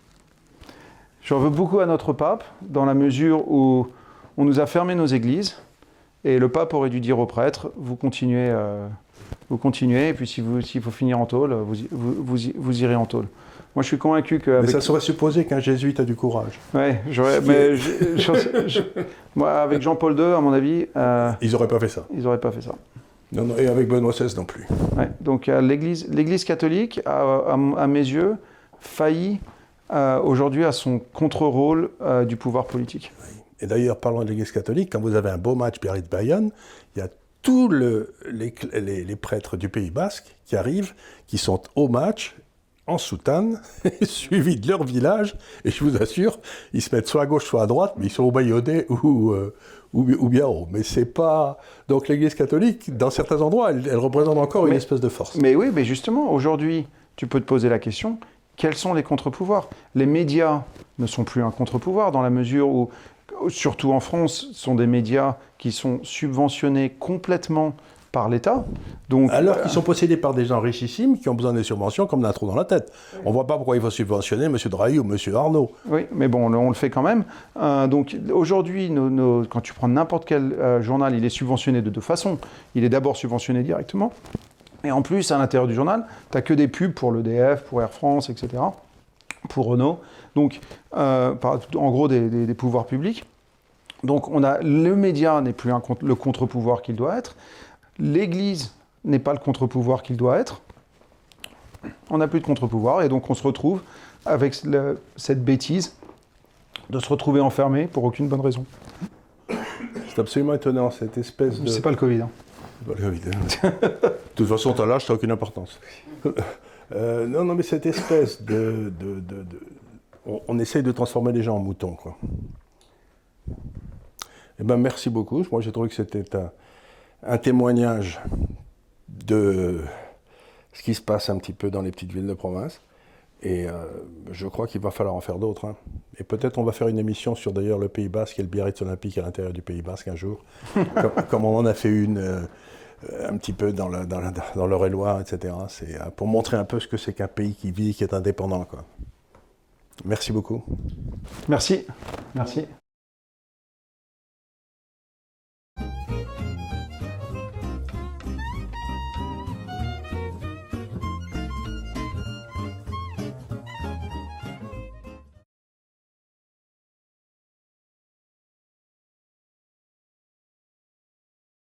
J'en veux beaucoup à notre pape, dans la mesure où on nous a fermé nos églises, et le pape aurait dû dire aux prêtres, vous continuez, euh, vous continuez, et puis si vous, s'il faut finir en tôle, vous, vous, vous, vous irez en tôle. Moi, je suis convaincu que... Mais ça serait supposé qu'un jésuite a du courage. Oui, mais je, je, je, moi, avec Jean-Paul deux, à mon avis... Euh, ils n'auraient pas fait ça. Ils n'auraient pas fait ça. Non, non, et avec Benoît seize non plus. Ouais, donc euh, l'Église, l'Église catholique a, à, à mes yeux, failli euh, aujourd'hui à son contre-rôle euh, du pouvoir politique. Oui. Et d'ailleurs, parlant de l'Église catholique, quand vous avez un beau match Biarritz-Bayonne, il y a tous le, les, les, les prêtres du Pays Basque qui arrivent, qui sont au match, en soutane, suivis de leur village, et je vous assure, ils se mettent soit à gauche, soit à droite, mais ils sont au Bayonnais ou... Euh, Ou, ou bien haut, mais c'est pas... Donc l'Église catholique, dans certains endroits, elle, elle représente encore mais, une espèce de force. Mais oui, mais justement, aujourd'hui, tu peux te poser la question, quels sont les contre-pouvoirs? Les médias ne sont plus un contre-pouvoir, dans la mesure où, surtout en France, ce sont des médias qui sont subventionnés complètement par l'État. Donc, alors qu'ils sont possédés par des gens richissimes qui ont besoin des subventions comme d'un trou dans la tête. On ne voit pas pourquoi il faut subventionner M. Drahi ou M. Arnaud. Oui, mais bon, on le fait quand même. Euh, donc aujourd'hui, nos, nos, quand tu prends n'importe quel euh, journal, il est subventionné de deux façons. Il est d'abord subventionné directement. Et en plus, à l'intérieur du journal, tu n'as que des pubs pour l'E D F, pour Air France, et cetera, pour Renault. Donc, euh, par, en gros, des, des, des pouvoirs publics. Donc, on a, le média n'est plus un, le contre-pouvoir qu'il doit être. L'Église n'est pas le contre-pouvoir qu'il doit être. On n'a plus de contre-pouvoir et donc on se retrouve avec le, cette bêtise de se retrouver enfermé pour aucune bonne raison. C'est absolument étonnant, cette espèce de... C'est pas le Covid. Hein. C'est pas le Covid. Hein. De toute façon, ton âge, ça n'a aucune importance. Euh, non, non, mais cette espèce de... de, de, de... On, on essaye de transformer les gens en moutons, quoi. Eh bien, merci beaucoup. Moi, j'ai trouvé que c'était un... un témoignage de ce qui se passe un petit peu dans les petites villes de province. Et euh, je crois qu'il va falloir en faire d'autres. Hein. Et peut-être on va faire une émission sur d'ailleurs le Pays Basque et le Biarritz olympique à l'intérieur du Pays Basque un jour. comme, comme on en a fait une euh, un petit peu dans, la, dans, la, dans l'Eure-et-Loire, et cetera. C'est euh, pour montrer un peu ce que c'est qu'un pays qui vit, qui est indépendant, quoi. Merci beaucoup. Merci. Merci.